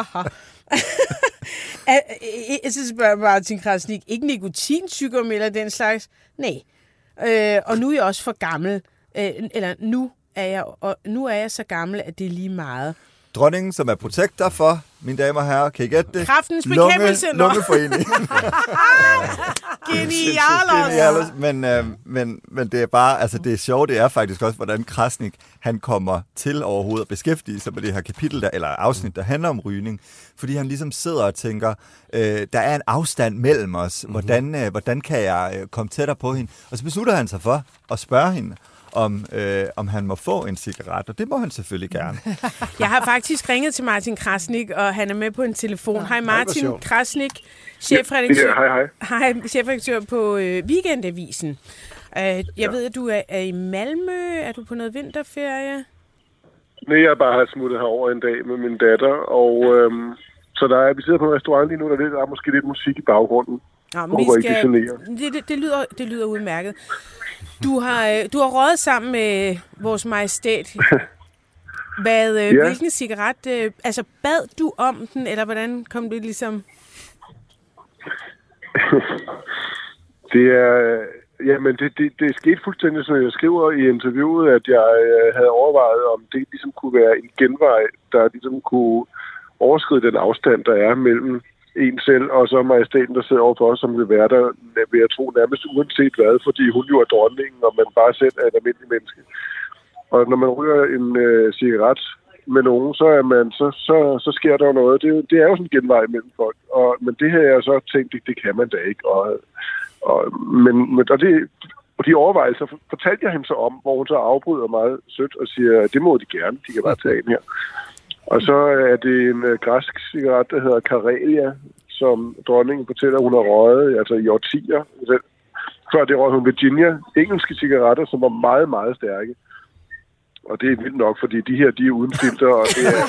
Så spørger Martin Krasnik, ikke nikotinsygdom eller den slags? Nej. Og nu er jeg også for gammel. Eller nu er jeg så gammel, at det er lige meget. Dronningen, som er protektor for, mine damer og herrer, kan I gætte det? Kræftens bekæmpelse. Lungeforening. Genialos. Men det er bare, altså det er sjovt, det er faktisk også, hvordan Krasnik, han kommer til overhovedet at beskæftige sig med det her kapitel, eller afsnit, der handler om rygning. Fordi han ligesom sidder og tænker, der er en afstand mellem os. Hvordan kan jeg komme tættere på hende? Og så beslutter han sig for at spørge hende, om han må få en cigaret, og det må han selvfølgelig gerne. Jeg har faktisk ringet til Martin Krasnik, og han er med på en telefon. Hej Martin Krasnik, chefredaktør, chefredaktør på Weekendavisen. Jeg ved, at du er i Malmø. Er du på noget vinterferie? Nej, jeg bare har smuttet herover en dag med min datter, og så vi sidder på en restaurant lige nu, der er måske lidt musik i baggrunden. Ja, det lyder udmærket. Du har røget sammen med vores majestæt. Hvilken cigaret? Altså, bad du om den, eller hvordan kom det ligesom? Det skete fuldstændig, som jeg skriver i interviewet, at jeg havde overvejet, om det ligesom kunne være en genvej, der ligesom kunne overskride den afstand, der er mellem en selv, og så majestæten, der sidder overfor os, som vil være der, vil jeg tro, nærmest uanset hvad, fordi hun jo er dronningen, og man bare selv er et almindeligt menneske. Og når man ryger en cigaret med nogen, så sker der jo noget. Det er jo sådan en genvej mellem folk. Men det her jeg så tænkt, det kan man da ikke. Og de overvejelser fortalte jeg hende så om, hvor hun så afbryder meget sødt og siger, det må de gerne, de kan bare tage en her. Og så er det en græsk cigaret, der hedder Karelia, som dronningen fortæller, hun har røget altså i årtier. Før det røg hun Virginia, engelske cigaretter, som var meget, meget stærke. Og det er vildt nok, fordi de her, de er uden filter, og det er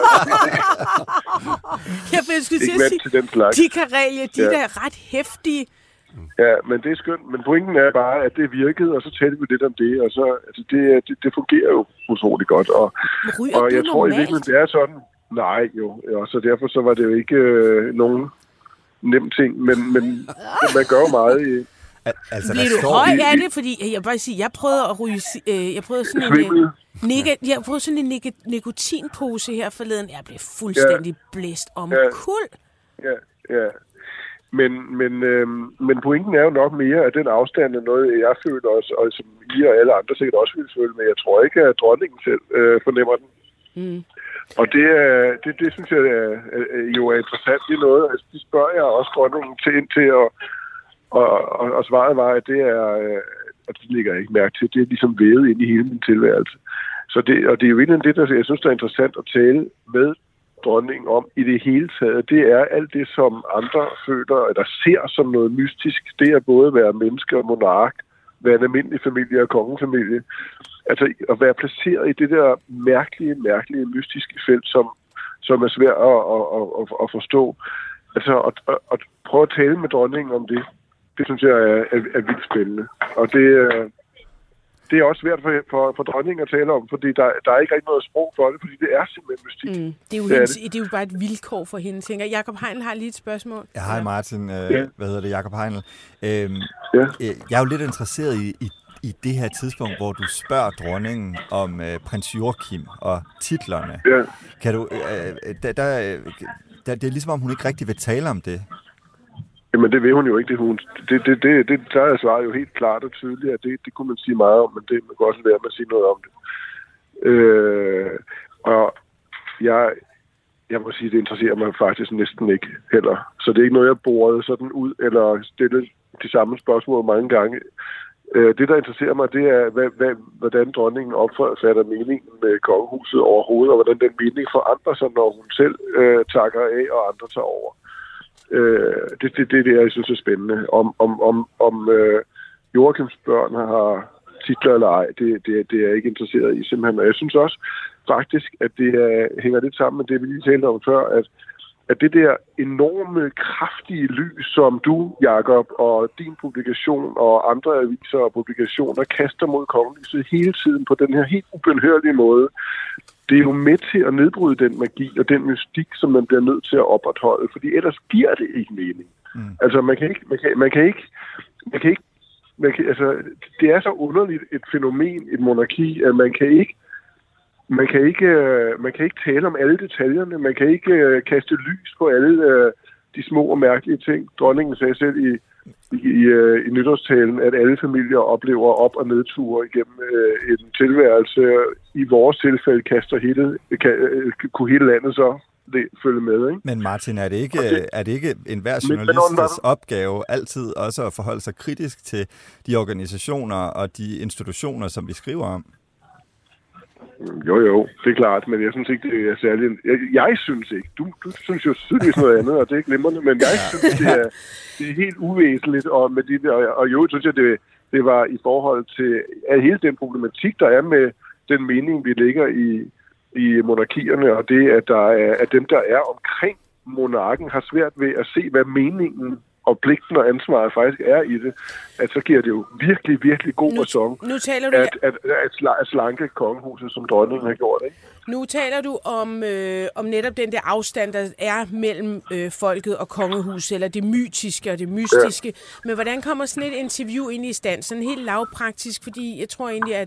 ikke vant til den slags. De Karelia, de der er ret heftige. Ja, men det er skønt. Men pointen er bare, at det virkede, og så talte vi lidt om det, og så altså det fungerer jo utroligt godt. Og jeg tror i virkeligheden, det er sådan. Nej, jo. Ja, så derfor så var det jo ikke nogen nem ting, men man gør jo meget i... Altså, bliver du høj af det? Fordi jeg bare sige, jeg prøvede at ryge... Jeg prøvede sådan en nikotinpose her forleden. Jeg blev fuldstændig blæst omkuld. Ja. Men pointen er jo nok mere, at den afstand er noget, jeg føler også, og som I og alle andre sikkert også vil føle, men jeg tror ikke, at dronningen selv fornemmer den. Mm. Og det synes jeg jo er interessant i noget. Altså, de spørger jeg også dronningen til og svaret var, at det er, at det ligger jeg ikke mærke til, det er ligesom vævet ind i hele min tilværelse. Så det er jo egentlig det, der jeg synes, der er interessant at tale med dronningen om i det hele taget. Det er alt det, som andre føler, eller ser som noget mystisk. Det er både at være menneske og monark, være en almindelig familie og kongefamilie. Altså at være placeret i det der mærkelige, mystiske felt, som er svært at forstå. Altså at prøve at tale med dronningen om det. Det synes jeg er vildt spændende. Og det er også svært for dronningen at tale om, fordi der er ikke rigtig noget sprog for det, fordi det er simpelthen mystik. Det er jo bare et vilkår for hende, tænker jeg. Jakob Heinl har lige et spørgsmål. Ja, hej Martin. Hvad hedder det? Jakob Heinl. Jeg er jo lidt interesseret i det her tidspunkt, hvor du spørger dronningen om prins Joachim og titlerne. Ja. Kan du... det er ligesom om, hun ikke rigtig vil tale om det. Jamen, det vil hun jo ikke. Der er svaret jo helt klart og tydeligt, at det kunne man sige meget om, men det man kan også lære mig at sige noget om det. Og jeg må sige, det interesserer mig faktisk næsten ikke heller. Så det er ikke noget, jeg borede sådan ud, eller stille de samme spørgsmål mange gange. Det, der interesserer mig, det er, hvordan dronningen opfatter meningen med kongehuset overhovedet, og hvordan den mening forandrer sig, når hun selv takker af, og andre tager over. Det er det, jeg synes er spændende. Om Joachims børn har titler eller ej, det er jeg ikke interesseret i simpelthen. Og jeg synes også faktisk, at det hænger lidt sammen med det, vi lige talte om før, at det der enorme, kraftige lys, som du, Jakob, og din publikation og andre aviser og publikationer kaster mod kongehuset hele tiden på den her helt ubønhørlige måde, det er jo med til at nedbryde den magi og den mystik, som man bliver nødt til at opretholde, fordi ellers giver det ikke mening. Altså, man kan ikke, altså, det er så underligt et fænomen, et monarki, at man kan ikke tale om alle detaljerne, man kan ikke kaste lys på alle de små og mærkelige ting. Dronningen sagde selv i nytårstalen, at alle familier oplever op- og nedture igennem en tilværelse. I vores tilfælde kunne hele landet så følge med. Ikke? Men Martin, er det ikke enhver journalists opgave altid også at forholde sig kritisk til de organisationer og de institutioner, som vi skriver om? Jo, det er klart, men jeg synes ikke, det er særligt. Jeg synes ikke. Du synes jo tydeligvis noget andet, og det er glimrende, men jeg synes, det er helt uvæsentligt. Og jo, synes jeg, det var i forhold til hele den problematik, der er med den mening, vi lægger i monarkierne, og det, at dem, der er omkring monarken, har svært ved at se, hvad meningen og pligten og ansvaret faktisk er i det, at så giver det jo virkelig, virkelig god ræson, at slanke kongehuset, som dronningen har gjort. Ikke? Nu taler du om netop den der afstand, der er mellem folket og kongehuset, eller det mytiske og det mystiske. Ja. Men hvordan kommer sådan et interview ind i stand? Sådan helt lavpraktisk, fordi jeg tror egentlig,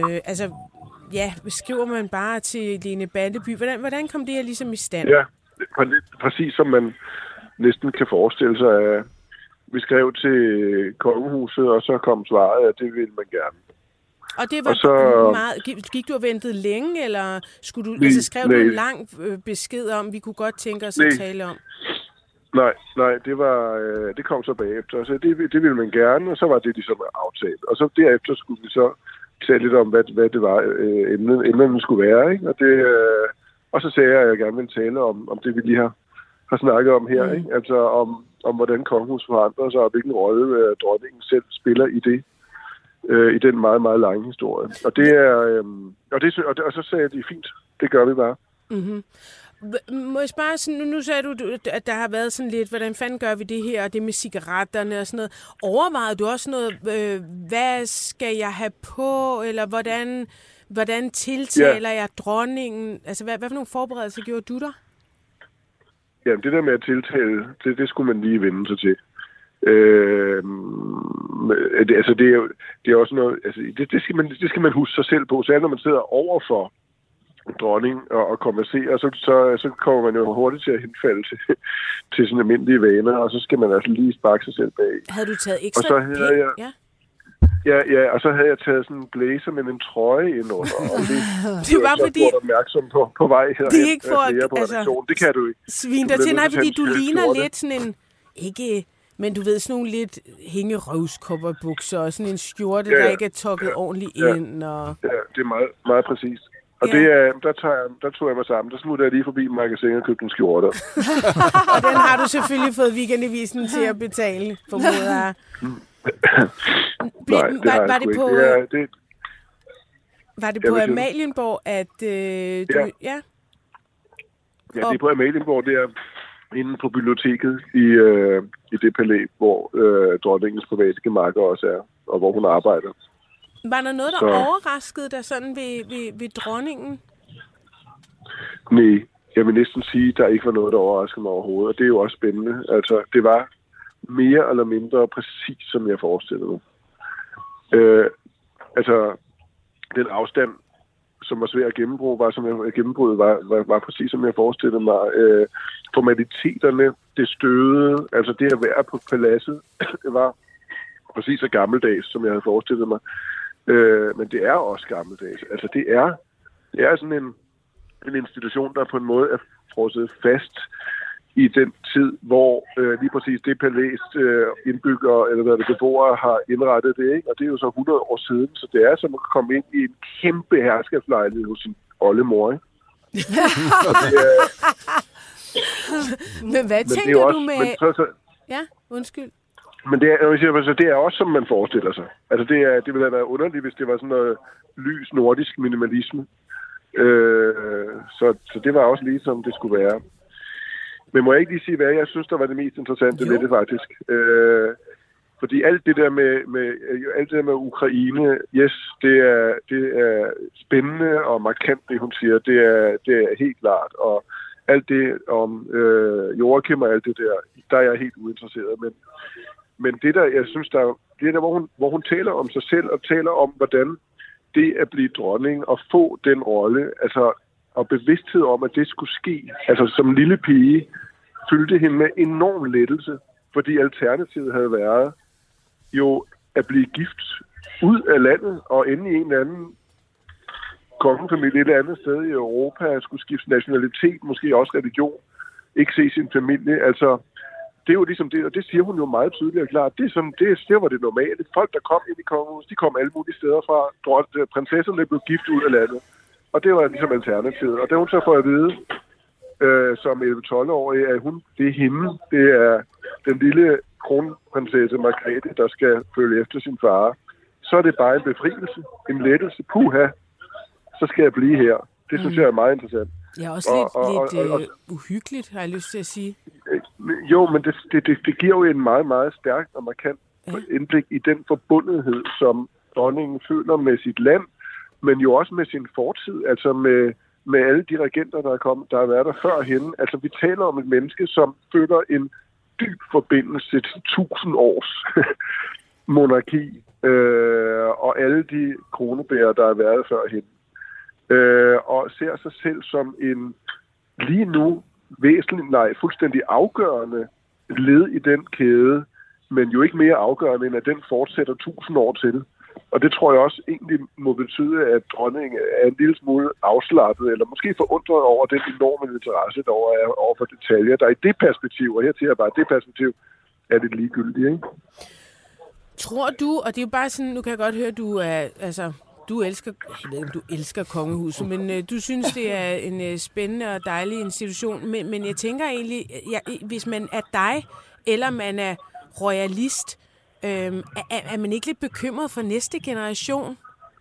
at skriver man bare til Lene Bandeby. Hvordan kom det her ligesom i stand? Ja. præcis som man næsten kan forestille sig. Vi skrev til kongehuset, og så kom svaret, at det ville man gerne. Og det var og så, meget... Gik du og ventede længe, eller skulle du, skrev du en lang besked om, vi kunne godt tænke os at tale om? Nej, det kom så bagefter. Så det ville man gerne, og så var det ligesom aftalt. Og så derefter skulle vi så tale lidt om, hvad det var, emnet skulle være. Ikke? Og så sagde jeg, at jeg gerne ville tale om det, vi lige har snakket om her. Ikke? Altså om hvordan kongehuset forandrer sig, og hvilken rolle dronningen selv spiller i det. I den meget, meget lange historie. Og det er... og så sagde jeg, det er fint. Det gør vi bare. Mm-hmm. Må jeg spørge, sådan, nu sagde du, at der har været sådan lidt, hvordan fanden gør vi det her, og det med cigaretterne og sådan noget. Overvejede du også noget, hvad skal jeg have på, eller hvordan tiltaler jeg dronningen? Altså, hvad for nogle forberedelser gjorde du der? Jamen, det der med at tiltale, det skulle man lige vende sig til. Det er også noget, altså, det skal man huske sig selv på, særligt når man sidder overfor dronning og konverserer, så kommer man jo hurtigt til at henfalde til sådan almindelige vaner, og så skal man altså lige sparke sig selv bag. Havde du taget ekstra Ja, og så havde jeg taget sådan en blazer med en trøje ind under, og det var fordi... Jeg opmærksom på vej her. Det er ikke for det kan du ikke. Svin dig til, nej, fordi du ligner lidt sådan en... Ikke... Men du ved, sådan nogle lidt hængerøvskopperbukser og sådan en skjorte, der ikke er tokket ordentligt ind. Og... Ja, det er meget, meget præcist. Og der tog jeg mig sammen. Der smuttede jeg lige forbi magasinet og købte en skjorte. Og den har du selvfølgelig fået Weekendavisen til at betale, formoder jeg. Nej, det har jeg sgu ikke. Var det på Amalienborg, at du... Ja, det er på Amalienborg, det er inde på biblioteket i det palæ, hvor dronningens private gemakker også er, og hvor hun arbejder. Var der noget, der overraskede dig sådan ved dronningen? Nej, jeg vil næsten sige, at der ikke var noget, der overraskede mig overhovedet, og det er jo også spændende. Altså, det var mere eller mindre præcis, som jeg forestillede mig. Den afstand, som var svær at gennembruge, var præcis, som jeg forestillede mig. Formaliteterne, det støde, altså det at være på paladset, det var præcis så gammeldags, som jeg havde forestillet mig. Men det er også gammeldags. Altså det er sådan en institution, der på en måde er frosset fast i den tid, hvor lige præcis det palæs indbyggere eller beboere har indrettet det, ikke? Og det er jo så 100 år siden, så det er som at komme ind i en kæmpe herskabslejlighed hos sin oldemor, ikke? Men hvad tænker du med... Ja, undskyld. Men det er også, som man forestiller sig. Altså det ville have været underligt, hvis det var sådan noget lys nordisk minimalisme. Så det var også lige som det skulle være. Men må jeg ikke lige sige, hvad jeg synes, der var det mest interessante ved det faktisk? Fordi alt det der med Ukraine, det er spændende og markant, det hun siger. Det er helt klart. Og alt det om Joachim og alt det der er jeg helt uinteresseret. Men det der, jeg synes, det er der, hvor hun taler om sig selv og taler om, hvordan det at blive dronning og få den rolle, altså og bevidsthed om, at det skulle ske, altså som lille pige, fyldte hende med enorm lettelse, fordi alternativet havde været jo at blive gift ud af landet og ende i en eller anden kongefamilie et eller andet sted i Europa, skulle skifte nationalitet, måske også religion, ikke se sin familie, altså det er jo ligesom det, og det siger hun jo meget tydeligt og klart. Det var det normale. Folk, der kom ind i kongehuset, de kom alle mulige steder fra. Prinsesserne blev gift ud af landet. Og det var ligesom alternativet. Og det hun så får at vide, som 11-12-årig, at det er hende. Det er den lille kronprinsesse Margrethe, der skal følge efter sin far. Så er det bare en befrielse, en lettelse. Puha, så skal jeg blive her. Det synes jeg er meget interessant. Ja, også lidt uhyggeligt, har jeg lyst til at sige. Jo, men det giver jo en meget, meget stærk og markant indblik i den forbundethed, som dronningen føler med sit land, men jo også med sin fortid, altså med alle de regenter, der har været der før hende. Altså, vi taler om et menneske, som føler en dyb forbindelse til 1000 års monarki, og alle de kronebærer, der har været før hende. Og ser sig selv som lige nu fuldstændig afgørende led i den kæde, men jo ikke mere afgørende, end at den fortsætter 1000 år til. Og det tror jeg også egentlig må betyde, at dronningen er en lille smule afslappet, eller måske forundret over den enorme interesse, der er over for detaljer. Der er i det perspektiv, og her til bare det perspektiv, er det ligegyldigt, ikke? Tror du, og det er jo bare sådan, nu kan jeg godt høre, du er, altså, du elsker, jeg ved ikke, om du elsker kongehuset, men du synes, det er en spændende og dejlig institution. Men jeg tænker egentlig, hvis man er dig, eller man er royalist, er man ikke lidt bekymret for næste generation?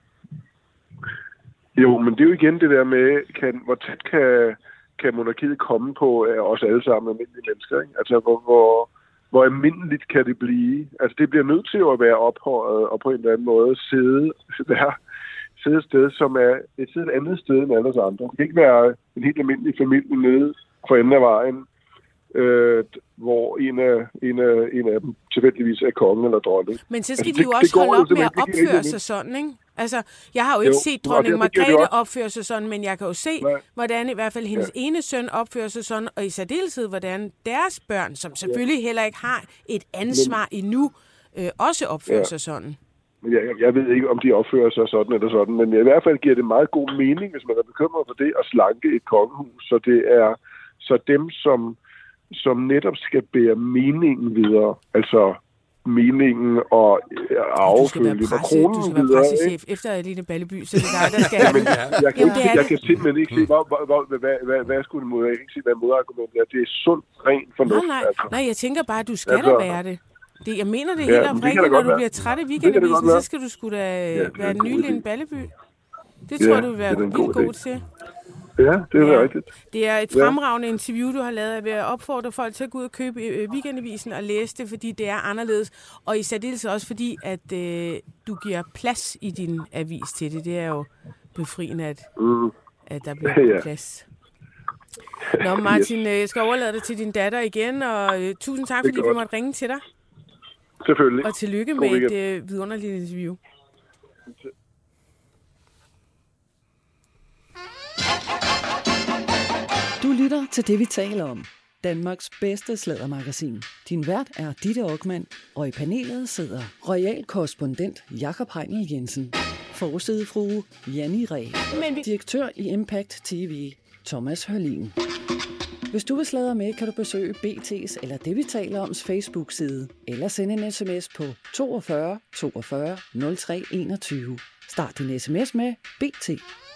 Jo, men det er jo igen det der med, hvor tæt kan monarkiet komme på os alle sammen almindelige mennesker, ikke? Altså, hvor almindeligt kan det blive? Altså, det bliver nødt til at være ophøjet og på en eller anden måde sidde et sted, som er et andet sted end alle andre. Det kan ikke være en helt almindelig familie nede for enden af vejen, hvor en af dem tilfældigvis er kongen eller dronning. Men så skal de jo også holde op med at opføre sig sådan, ikke? Altså, jeg har jo ikke set dronning Margrethe opføre sig sådan, men jeg kan jo se, hvordan i hvert fald hendes ene søn opfører sig sådan, og i særdeleshed, hvordan deres børn, som selvfølgelig heller ikke har et ansvar endnu, også opfører sig sådan. Jeg ved ikke, om de opfører sig sådan eller sådan, men i hvert fald giver det meget god mening, hvis man er bekymret for det, at slanke et kongehus, så det er så dem, som netop skal bære meningen videre, altså meningen og arvefølgen og kronen videre. Du skal være pressechef efter Line Balleby, så det er der skal... Jeg kan simpelthen ikke se, hvad skulle det ikke sige, hvad modargumentet er. Det er sundt, ren fornuft. Nej, jeg tænker bare, at du skal da være det. Jeg mener det helt oprigtigt, når du bliver træt af Weekendavisen, så skal du sgu da være den nye Line Balleby. Det tror jeg, du vil være vildt god til. Ja, det er rigtigt. Det er et fremragende interview, du har lavet. Jeg vil opfordre folk til at gå ud og købe Weekendavisen og læse det, fordi det er anderledes. Og i særdeleshed også fordi, at du giver plads i din avis til det. Det er jo befriende, at der bliver plads. Nå, Martin, jeg skal overlade dig til din datter igen, og tusind tak, fordi vi måtte ringe til dig. Selvfølgelig. Og tillykke med et vidunderligt interview. Du lytter til Det, vi taler om. Danmarks bedste sladdermagasin. Din vært er Ditte Okman, og i panelet sidder royal korrespondent Jakob Heinel Jensen, forsidefrue Janni Ræ, direktør i Impact TV Thomas Hørlin. Hvis du vil sladre med, kan du besøge BT's eller Det, vi taler oms Facebook-side, eller sende en sms på 42 42 03 21. Start din sms med BT.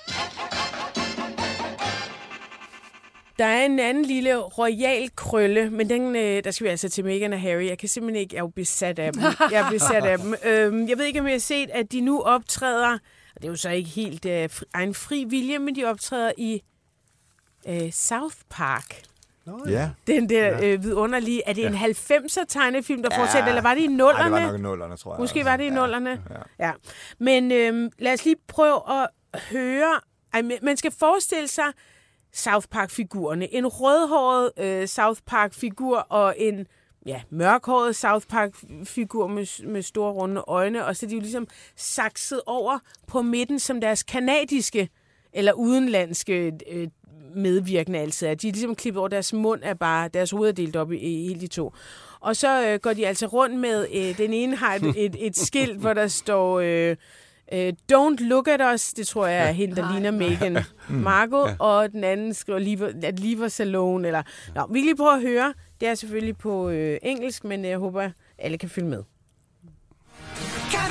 Der er en anden lille royal krølle, men den, der skal vi altså til Meghan og Harry. Jeg kan simpelthen ikke, jeg er jo besat af dem. Jeg ved ikke, om jeg har set, at de nu optræder, og det er jo så ikke helt egen fri vilje, men de optræder i South Park. Ja. Den der vidunderlige, er det en 90'er tegnefilm, der fortsætter, eller var det i 0'erne? Nej, det var nok i 0'erne, tror jeg. Måske var det i 0'erne. Ja. Men lad os lige prøve at høre, man skal forestille sig South Park-figurerne. En rødhåret South Park-figur og en mørkhåret South Park-figur med store runde øjne, og så er de jo ligesom sakset over på midten som deres kanadiske eller udenlandske medvirkende altid er. De er ligesom klippet over, deres mund er bare, deres hoved er delt op i helt de to. Og så går de altså rundt med, den ene har et skilt, hvor der står... Don't look at us, det tror jeg er hende, der ligner Meghan Markle, og den anden skriver leave us alone. Eller... Nå, vi kan lige prøve at høre. Det er selvfølgelig på engelsk, men jeg håber, alle kan følge med. Come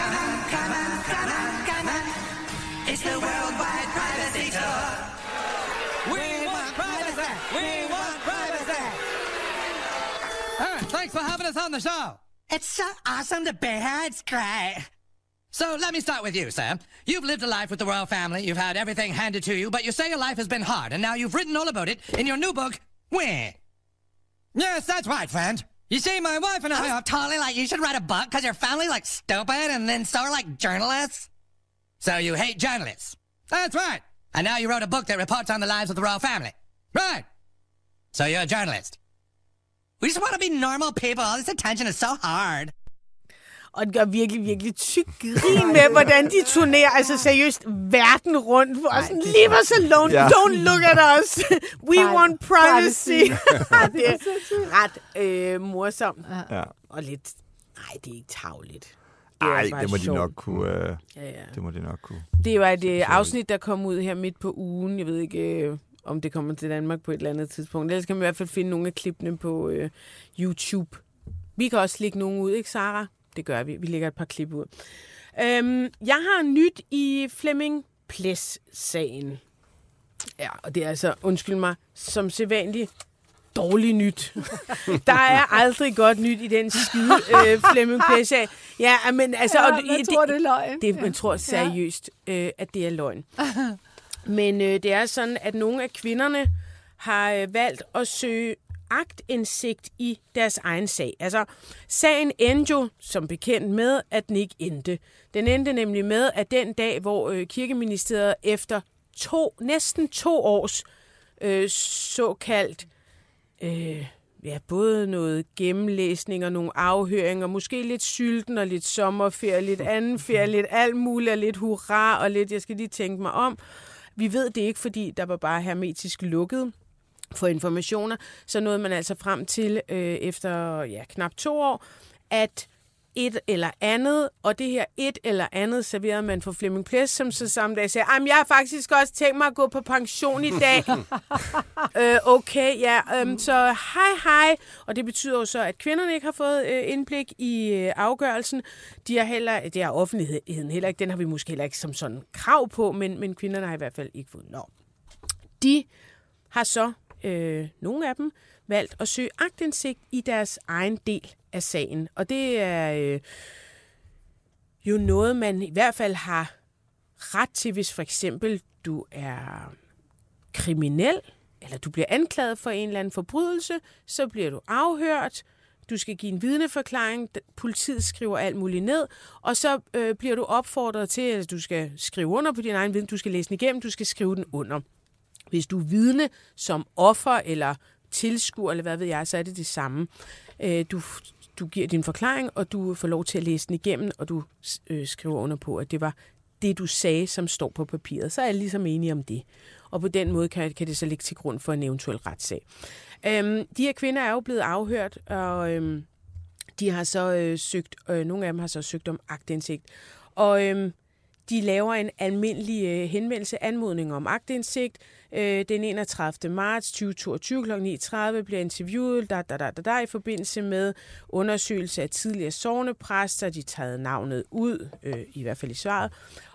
on. It's the worldwide privacy tour. We want privacy. We want privacy. All right, thanks for having us on the show. It's so awesome to be here. It's great. So let me start with you, Sam. You've lived a life with the royal family, you've had everything handed to you, but you say your life has been hard, and now you've written all about it in your new book, Where? Yes, that's right, friend. You see, my wife and I are totally like, you should write a book because your family's like stupid, and then so are like journalists. So you hate journalists? That's right. And now you wrote a book that reports on the lives of the royal family? Right. So you're a journalist? We just want to be normal people. All this attention is so hard. Og det gør virkelig, virkelig tyk grin med, hvordan de turnerer. Altså seriøst, verden rundt. Og sådan, leave us alone. Yeah. Don't look at us. We want privacy. Det er ret morsomt. Ja. Og lidt... Nej, det er ikke tarveligt. Nej, det må de nok kunne. Det må de nok kunne. Det var et afsnit, der kom ud her midt på ugen. Jeg ved ikke, om det kommer til Danmark på et eller andet tidspunkt. Ellers kan man i hvert fald finde nogle af klippene på YouTube. Vi kan også lægge nogle ud, ikke Sarah? Det gør vi. Vi lægger et par klip ud. Jeg har nyt i Flemming Pless-sagen. Ja, og det er altså, undskyld mig, som sædvanligt dårlig nyt. Der er aldrig godt nyt i den skide Flemming Pless-sag. Ja, men altså... man tror, det er løgn. Man tror seriøst, at det er løgn. Men det er sådan, at nogle af kvinderne har valgt at søge aktindsigt i deres egen sag. Altså, sagen endte jo som bekendt med, at den ikke endte. Den endte nemlig med, at den dag, hvor Kirkeministeriet efter næsten 2 års såkaldt både noget gennemlæsning og nogle afhøringer, måske lidt sylten og lidt sommerferie, lidt anden ferie, lidt alt muligt, og lidt hurra og lidt, jeg skal lige tænke mig om. Vi ved det ikke, fordi der var bare hermetisk lukket for informationer. Så nåede man altså frem til efter knap 2 år, at et eller andet, og det her et eller andet serverede man for Flemming Pless, som så samme dag siger, jeg har faktisk også tænkt mig at gå på pension i dag. Okay, ja, så hej. Og det betyder jo så, at kvinderne ikke har fået indblik i afgørelsen. Det har offentligheden heller ikke, den har vi måske heller ikke som sådan krav på, men kvinderne har i hvert fald ikke fået. De har så, nogle af dem, valgt at søge aktindsigt i deres egen del af sagen. Og det er jo noget, man i hvert fald har ret til, hvis for eksempel du er kriminel, eller du bliver anklaget for en eller anden forbrydelse, så bliver du afhørt, du skal give en vidneforklaring, politiet skriver alt muligt ned, og så bliver du opfordret til, at du skal skrive under på din egen viden, du skal læse den igennem, du skal skrive den under. Hvis du er vidne som offer eller tilskuer, eller hvad ved jeg, så er det samme. Du giver din forklaring, og du får lov til at læse den igennem, og du skriver under på, at det var det, du sagde, som står på papiret. Så er jeg ligesom enig om det. Og på den måde kan det så ligge til grund for en eventuel retssag. De her kvinder er jo blevet afhørt, og de har så nogle af dem har så søgt om aktindsigt. Og de laver en almindelig anmodning om aktindsigt. Den 31. marts 2022 kl. 9.30 bliver interviewet i forbindelse med undersøgelse af tidligere sognepræster. De tager navnet ud, i hvert fald i svaret.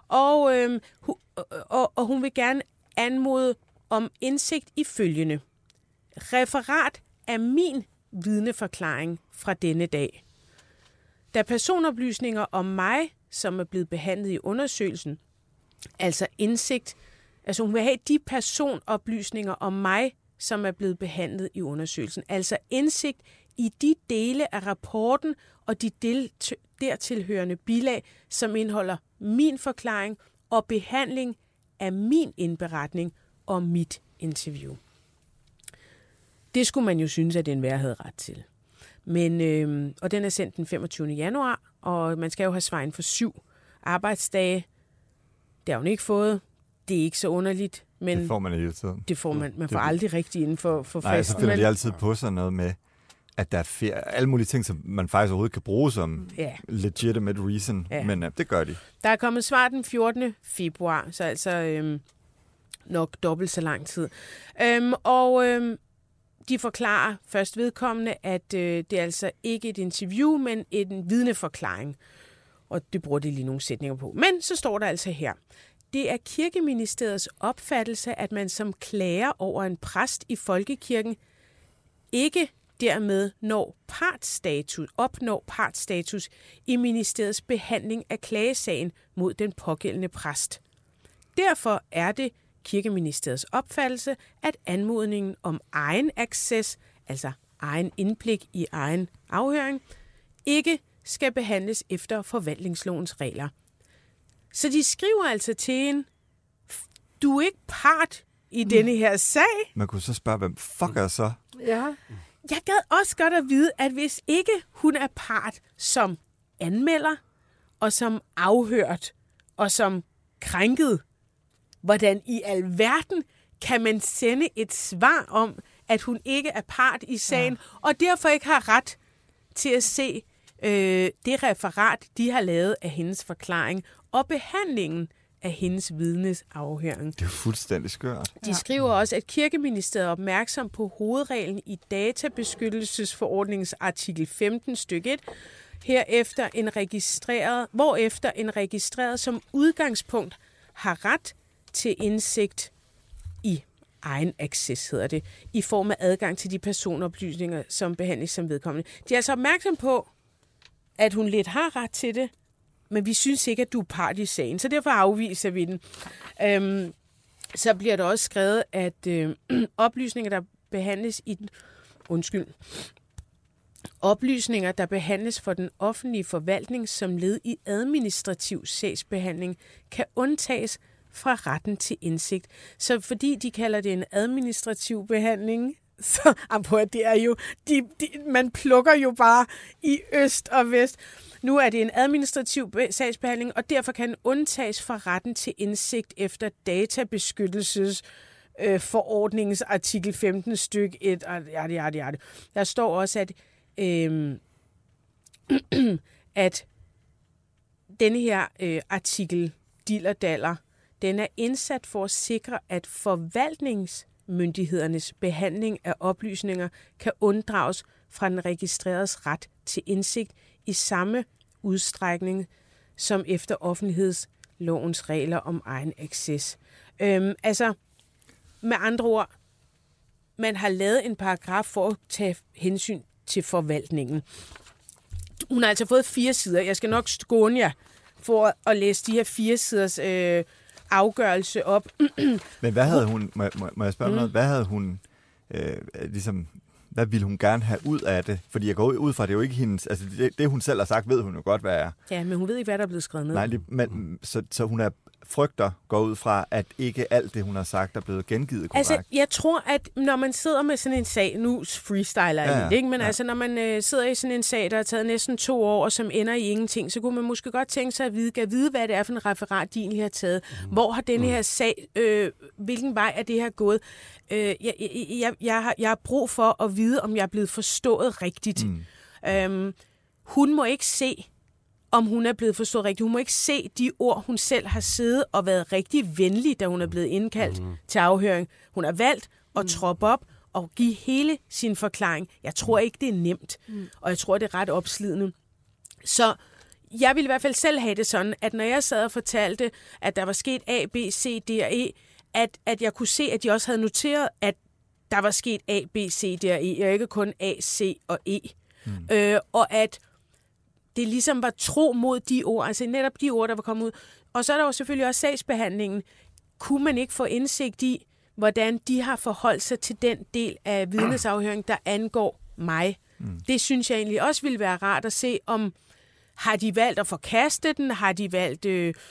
Og hun vil gerne anmode om indsigt i følgende. Referat af min vidneforklaring fra denne dag. Da personoplysninger om mig, som er blevet behandlet i undersøgelsen, altså indsigt, altså hun vil have de personoplysninger om mig, som er blevet behandlet i undersøgelsen, altså indsigt i de dele af rapporten og de dertilhørende bilag, som indeholder min forklaring og behandling af min indberetning og mit interview. Det skulle man jo synes, at enhver havde ret til. Men, og den er sendt den 25. januar, og man skal jo have svar inden for 7 arbejdsdage. Det har hun ikke fået. Det er ikke så underligt. Men det får man hele tiden. Det får man. Man får aldrig rigtigt inden for fristen. Nej, så finder de altid på sig noget med, at der er alle mulige ting, som man faktisk overhovedet kan bruge som legitimate reason. Ja. Men det gør de. Der er kommet svar den 14. februar, så altså nok dobbelt så lang tid. De forklarer først vedkommende, at det er altså ikke et interview, men en vidneforklaring. Og det bruger de lige nogle sætninger på. Men så står der altså her. Det er Kirkeministeriets opfattelse, at man som klager over en præst i folkekirken ikke dermed opnår partsstatus i ministeriets behandling af klagesagen mod den pågældende præst. Derfor er det Kirkeministeriets opfattelse, at anmodningen om egen access, altså egen indblik i egen afhøring, ikke skal behandles efter forvaltningslovens regler. Så de skriver altså til en, du er ikke part i denne her sag. Man kunne så spørge, hvem fuck er så? Ja. Jeg gad også godt at vide, at hvis ikke hun er part som anmelder, og som afhørt, og som krænket. Hvordan i alverden kan man sende et svar om, at hun ikke er part i sagen, og derfor ikke har ret til at se det referat, de har lavet af hendes forklaring, og behandlingen af hendes vidnesafhøring. Det er jo fuldstændig skørt. De skriver også, at Kirkeministeriet er opmærksom på hovedreglen i databeskyttelsesforordningens artikel 15 stykke 1, hvorefter en registreret som udgangspunkt har ret til indsigt i egen access, hedder det, i form af adgang til de personoplysninger, som behandles som vedkommende. De er altså opmærksom på, at hun lidt har ret til det, men vi synes ikke, at du er part i sagen, så derfor afviser vi den. Så bliver der også skrevet, at oplysninger, der behandles oplysninger, der behandles for den offentlige forvaltning som led i administrativ sagsbehandling, kan undtages fra retten til indsigt. Så fordi de kalder det en administrativ behandling, så det er jo, man plukker jo bare i øst og vest. Nu er det en administrativ sagsbehandling, og derfor kan den undtages fra retten til indsigt efter databeskyttelsesforordningens artikel 15 stykke 1. Der står også, at denne her artikel Dillerdaller, den er indsat for at sikre, at forvaltningsmyndighedernes behandling af oplysninger kan unddrages fra den registreredes ret til indsigt i samme udstrækning som efter offentlighedslovens regler om egen access. Altså, med andre ord, man har lavet en paragraf for at tage hensyn til forvaltningen. Hun har altså fået 4 sider. Jeg skal nok skåne jer for at læse de her 4 siders afgørelse op. Men hvad havde hun, må jeg spørge noget, hvad havde hun hvad ville hun gerne have ud af det? Fordi jeg går ud fra, det er jo ikke hendes, altså det hun selv har sagt, ved hun jo godt, hvad er. Ja, men hun ved ikke, hvad der er blevet skrevet ned. Nej, men, så hun er går ud fra, at ikke alt det, hun har sagt, er blevet gengivet korrekt. Altså, jeg tror, at når man sidder med sådan en sag, nu freestyler jeg lidt, ikke? Men altså, når man sidder i sådan en sag, der har taget næsten 2 år, og som ender i ingenting, så kunne man måske godt tænke sig at vide, hvad det er for en referat, de egentlig har taget. Hvor har denne her sag, hvilken vej er det her gået? Jeg har brug for at vide, om jeg er blevet forstået rigtigt. Hun må ikke se, om hun er blevet forstået rigtigt. Hun må ikke se de ord, hun selv har siddet og været rigtig venlig, da hun er blevet indkaldt til afhøring. Hun har valgt at troppe op og give hele sin forklaring. Jeg tror ikke, det er nemt, og jeg tror, det er ret opslidende. Så jeg ville i hvert fald selv have det sådan, at når jeg sad og fortalte, at der var sket A, B, C, D og E, at jeg kunne se, at de også havde noteret, at der var sket A, B, C, D og E, og ikke kun A, C og E. Og at det ligesom var tro mod de ord, altså netop de ord, der var kommet ud. Og så er der jo selvfølgelig også sagsbehandlingen. Kunne man ikke få indsigt i, hvordan de har forholdt sig til den del af vidnesafhøring, der angår mig? Det synes jeg egentlig også ville være rart at se, om har de valgt at forkaste den? Har de valgt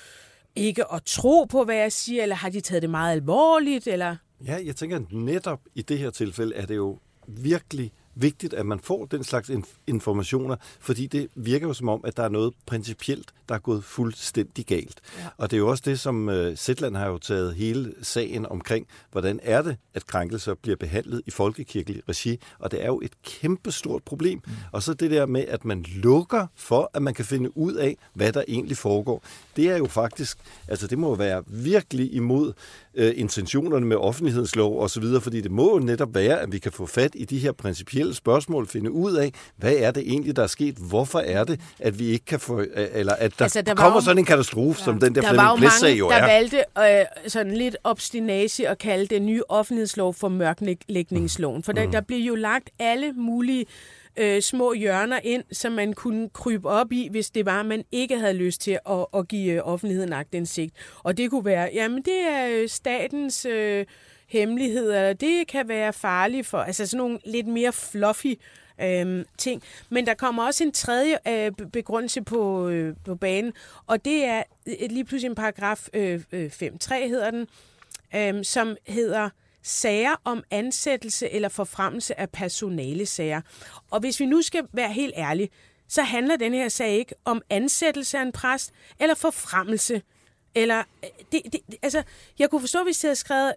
ikke at tro på, hvad jeg siger? Eller har de taget det meget alvorligt? Eller? Ja, jeg tænker, at netop i det her tilfælde er det jo virkelig vigtigt, at man får den slags informationer, fordi det virker jo som om, at der er noget principielt, der er gået fuldstændig galt. Ja. Og det er jo også det, som Zetland har jo taget hele sagen omkring, hvordan er det, at krænkelser bliver behandlet i folkekirkelig regi, og det er jo et kæmpestort problem. Og så det der med, at man lukker for, at man kan finde ud af, hvad der egentlig foregår. Det er jo faktisk, altså det må jo være virkelig imod intentionerne med offentlighedslov og så videre, fordi det må jo netop være, at vi kan få fat i de her principielle spørgsmål, finde ud af, hvad er det egentlig, der er sket? Hvorfor er det, at vi ikke kan få, eller at der kommer sådan en katastrofe, som den der Flemming Ples-sag jo er. Der valgte sådan lidt obstinage at kalde den nye offentlighedslov for mørklægningsloven, for der blev jo lagt alle mulige små hjørner ind, som man kunne krybe op i, hvis det var, at man ikke havde lyst til at give offentligheden aktindsigt. Og det kunne være, jamen det er statens hemmeligheder, det kan være farligt for, altså sådan nogle lidt mere fluffy ting. Men der kommer også en tredje begrundelse på banen, og det er lige pludselig en paragraf 5.3 hedder den, som hedder sager om ansættelse eller forfremmelse af personalesager. Og hvis vi nu skal være helt ærlige, så handler den her sag ikke om ansættelse af en præst, eller forfremmelse. Eller, altså, jeg kunne forstå, hvis de havde skrevet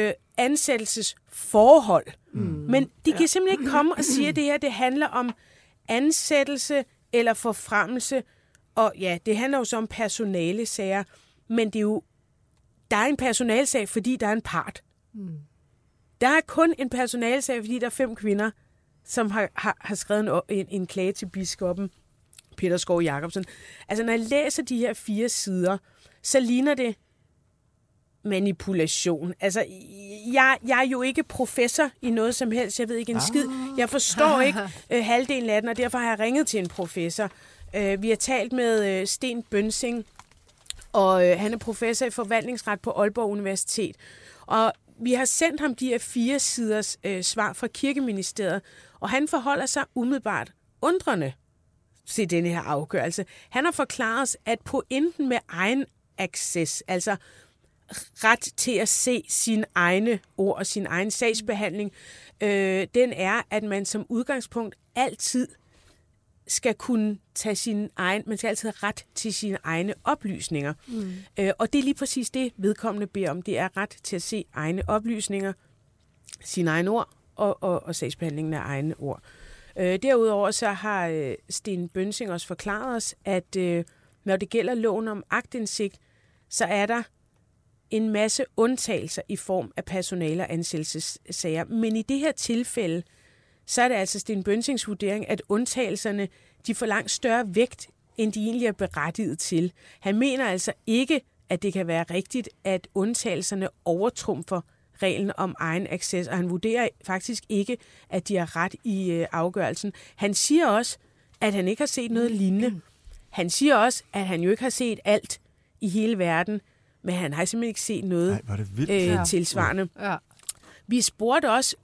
ansættelsesforhold. Men de kan simpelthen ikke komme og sige, at det her det handler om ansættelse eller forfremmelse. Og ja, det handler jo så om personalesager. Men det er jo, der er en personalsag, fordi der er en part. Der er kun en personalsag, fordi der er 5 kvinder, som har skrevet en klage til biskoppen, Peter Skov Jacobsen. Altså, når jeg læser de her 4 sider, så ligner det manipulation. Altså, jeg er jo ikke professor i noget som helst. Jeg ved ikke en skid. Jeg forstår ikke halvdelen af den, og derfor har jeg ringet til en professor. Vi har talt med Sten Bønsing, og han er professor i forvaltningsret på Aalborg Universitet. Og vi har sendt ham de her 4 siders svar fra Kirkeministeriet, og han forholder sig umiddelbart undrende til denne her afgørelse. Han har forklaret os, at pointen med egen access, altså ret til at se sine egne ord og sin egen sagsbehandling, den er, at man som udgangspunkt altid skal kunne tage man skal altid have ret til sine egne oplysninger. Og det er lige præcis det, vedkommende beder om. Det er ret til at se egne oplysninger, sine egne ord og sagsbehandlingen af egne ord. Derudover så har Sten Bønsing også forklaret os, at når det gælder loven om aktindsigt, så er der en masse undtagelser i form af personale- og ansættelsessager. Men i det her tilfælde, så er det altså Sten Bønsings vurdering, at undtagelserne de får langt større vægt, end de egentlig er berettiget til. Han mener altså ikke, at det kan være rigtigt, at undtagelserne overtrumfer reglen om egen access, og han vurderer faktisk ikke, at de har ret i afgørelsen. Han siger også, at han ikke har set noget lignende. Han siger også, at han jo ikke har set alt i hele verden, men han har simpelthen ikke set noget tilsvarende. Ja. Vi spurgte også,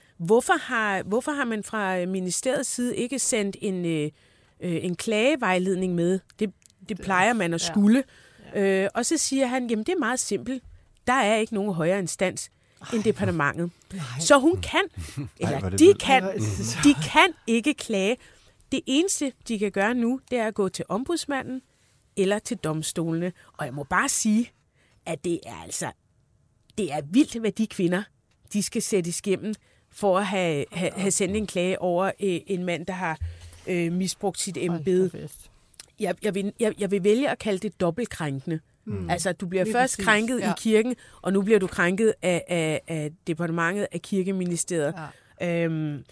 hvorfor har man fra ministeriets side ikke sendt en klagevejledning med? Det plejer man at skulle. Og så siger han, jamen det er meget simpelt. Der er ikke nogen højere instans end departementet. Så hun kan, eller de kan ikke klage. Det eneste, de kan gøre nu, det er at gå til ombudsmanden eller til domstolene. Og jeg må bare sige, at det er vildt, hvad de kvinder, de skal sættes igennem for at have sendt en klage over en mand, der har misbrugt sit embede. Jeg vil vælge at kalde det dobbeltkrænkende. Altså, du bliver først krænket i kirken, og nu bliver du krænket af departementet, af Kirkeministeriet. Ja.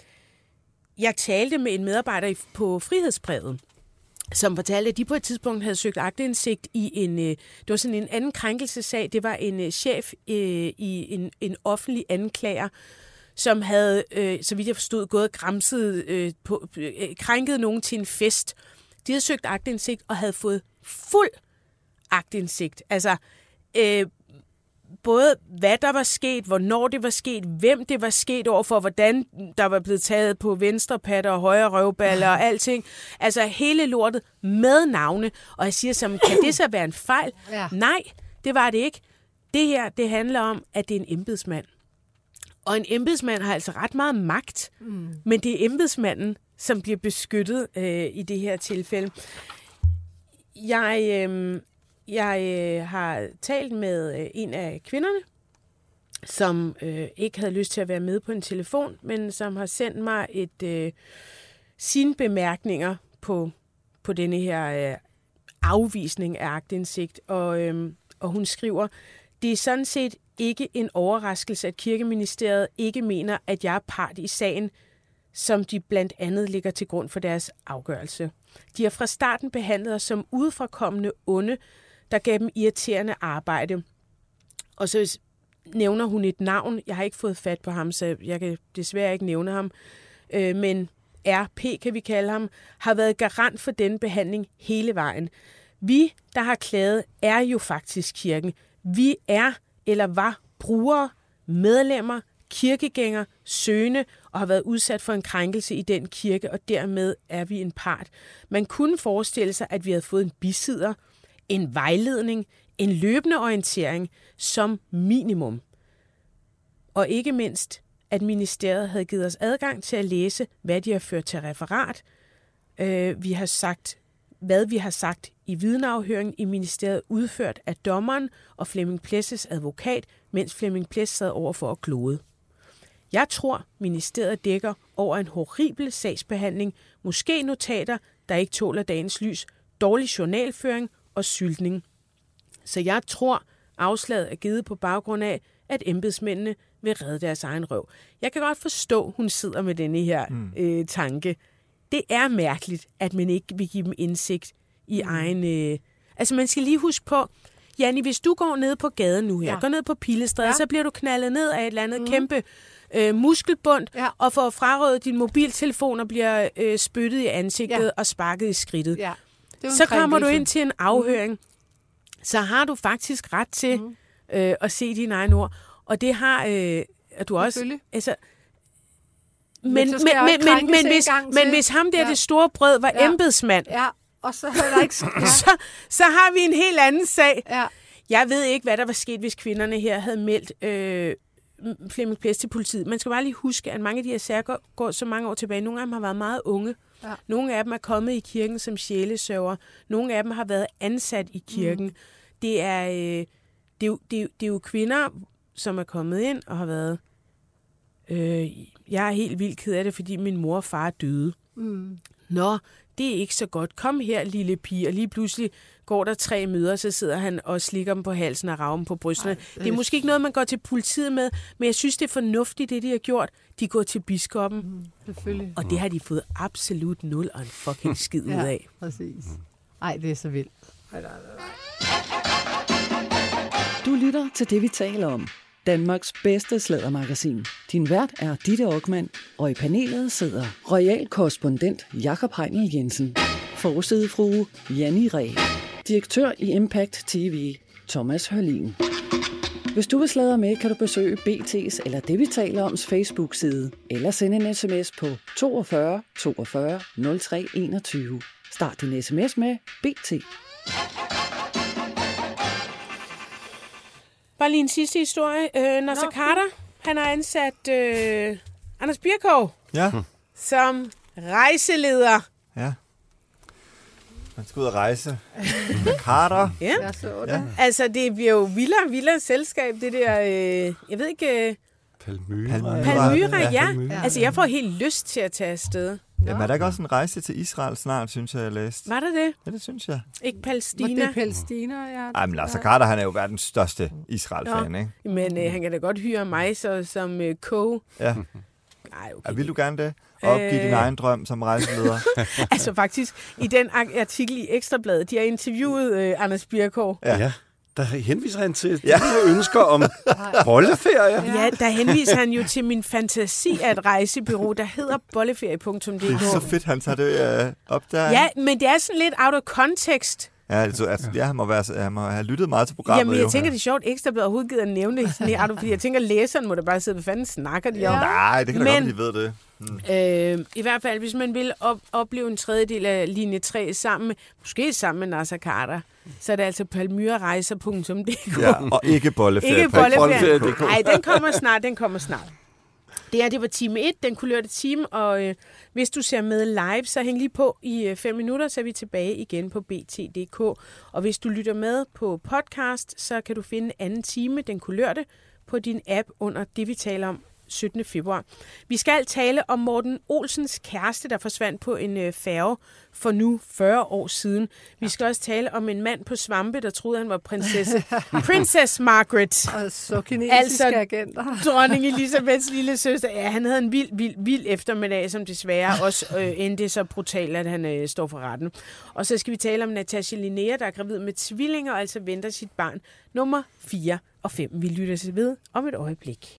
Jeg talte med en medarbejder på Frihedsbrevet, som fortalte, at de på et tidspunkt havde søgt aktindsigt i det var sådan en anden krænkelsesag. Det var en chef i en offentlig anklager, som havde, så vidt jeg forstod, gået og gramset, krænket nogen til en fest. De havde søgt aktindsigt og havde fået fuld aktindsigt. Altså, både hvad der var sket, hvornår det var sket, hvem det var sket overfor, hvordan der var blevet taget på venstre patter og højre røvballer og alting. Altså hele lortet med navne. Og jeg siger som, kan det så være en fejl? Ja. Nej, det var det ikke. Det her, det handler om, at det er en embedsmand. Og en embedsmand har altså ret meget magt, men det er embedsmanden, som bliver beskyttet i det her tilfælde. Jeg har talt med en af kvinderne, som ikke havde lyst til at være med på en telefon, men som har sendt mig sine bemærkninger på denne her afvisning af aktindsigt. Og hun skriver, det er sådan set ikke en overraskelse, at Kirkeministeriet ikke mener, at jeg er part i sagen, som de blandt andet ligger til grund for deres afgørelse. De har fra starten behandlet os som udefrakommende onde, der gav dem irriterende arbejde. Og så nævner hun et navn. Jeg har ikke fået fat på ham, så jeg kan desværre ikke nævne ham. Men RP, kan vi kalde ham, har været garant for denne behandling hele vejen. Vi, der har klaget, er jo faktisk kirken. Vi er eller var brugere, medlemmer, kirkegængere, søgende og har været udsat for en krænkelse i den kirke, og dermed er vi en part. Man kunne forestille sig, at vi havde fået en bisidder, en vejledning, en løbende orientering som minimum. Og ikke mindst, at ministeriet havde givet os adgang til at læse, hvad de har ført til referat, vi har sagt, hvad vi har sagt i vidneafhøringen i ministeriet udført af dommeren og Flemming Plesses advokat, mens Flemming Pless sad over for at glode. Jeg tror, ministeriet dækker over en horribel sagsbehandling, måske notater, der ikke tåler dagens lys, dårlig journalføring og syltning. Så jeg tror, afslaget er givet på baggrund af, at embedsmændene vil redde deres egen røv. Jeg kan godt forstå, hun sidder med denne her tanke. Det er mærkeligt, at man ikke vil give dem indsigt i egen... Altså, man skal lige huske på, Janni, hvis du går ned på gaden nu her, går ned på Pilestræde, så bliver du knaldet ned af et eller andet kæmpe muskelbund, og får frarøvet din mobiltelefon og bliver spyttet i ansigtet og sparket i skridtet. Ja. Så kommer du ind til en afhøring, så har du faktisk ret til at se dine egne ord. Og det har du også... Altså, men hvis ham der, det store brød, var embedsmand, og så, der ikke... så har vi en helt anden sag. Ja. Jeg ved ikke, hvad der var sket, hvis kvinderne her havde meldt Flemming Pless til politiet. Man skal bare lige huske, at mange af de her sager går så mange år tilbage. Nogle af dem har været meget unge. Ja. Nogle af dem er kommet i kirken som sjælesørger. Nogle af dem har været ansat i kirken. Det er jo kvinder, som er kommet ind og har været... jeg er helt vildt ked af det, fordi min mor og far døde. Nå, det er ikke så godt. Kom her, lille pige. Og lige pludselig går der 3 møder, så sidder han og slikker dem på halsen og rager dem på brysterne. Det er måske ikke noget, man går til politiet med, men jeg synes, det er fornuftigt, det de har gjort. De går til biskoppen. Selvfølgelig. Og det har de fået absolut 0 og en fucking skid ud af. Præcis. Ej, det er så vildt. Du lytter til det, vi taler om. Danmarks bedste sladdermagasin. Din vært er Ditte Okman, og i panelet sidder royal korrespondent Jakob Heinel Jensen, forsidefrue Janni Ræ, direktør i Impact TV Thomas Hørlin. Hvis du vil sladre med, kan du besøge BT's eller det, vi taler oms Facebook-side, eller sende en sms på 42 42 03 21. Start din sms med BT. Bare lige en sidste historie. Naser Khader, han har ansat Anders Birkov som rejseleder. Ja. Man skal ud og rejse. Khader. Ja. Altså, det bliver jo vildere selskab, det der, jeg ved ikke... Palmyra, ja. Altså, jeg får helt lyst til at tage afsted. Jamen, er der ikke også en rejse til Israel snart, synes jeg læste? Var der det? Ja, det synes jeg. Ikke Palæstina? Det er Palæstina, ja. Ej, men Naser Khader, han er jo verdens største Israel-fan, ikke? Men han kan da godt hyre mig som co. Ja. Ej, okay. Vil du gerne det? Opgive din egen drøm som rejseleder? Altså faktisk, i den artikel i Ekstrabladet, de har interviewet Anders Birkov. Ja. Der henviser han til de her ønsker om bolleferie. Ja, der henviser han jo til min fantasi af et rejsebureau, der hedder bolleferie.dk. Det er så fedt, han tager det op der. Ja, men det er sådan lidt out of context. Ja, altså, han må have lyttet meget til programmet. Jamen, jeg tænker, det er sjovt, Ekstrabladet overhovedet gider at nævne det. Fordi jeg tænker, læseren må da bare sidde, hvad fanden snakker de om? Nej, det kan da godt, de ved det. I hvert fald, hvis man vil opleve en tredjedel af linje 3 måske sammen med Naser Khader, så er det altså palmyrerejser.dk. Ja, og ikke bolleferie. Ikke bolleferie. Nej, den kommer snart. Det var time 1, den kulørte time, og hvis du ser med live, så hæng lige på i 5 minutter, så er vi tilbage igen på bt.dk. Og hvis du lytter med på podcast, så kan du finde anden time, den kulørte, på din app under det, vi taler om 17. februar. Vi skal tale om Morten Olsens kæreste, der forsvandt på en færge for nu 40 år siden. Vi skal også tale om en mand på svampe, der troede, han var prinsesse. Princess Margaret. Og så kinesiske agenter. Dronning Elisabeths lille søster. Ja, han havde en vild eftermiddag, som desværre også endte så brutalt, at han står for retten. Og så skal vi tale om Natasha Linnea, der er gravid med tvillinger, og altså venter sit barn nummer 4 og 5. Vi lytter til ved om et øjeblik.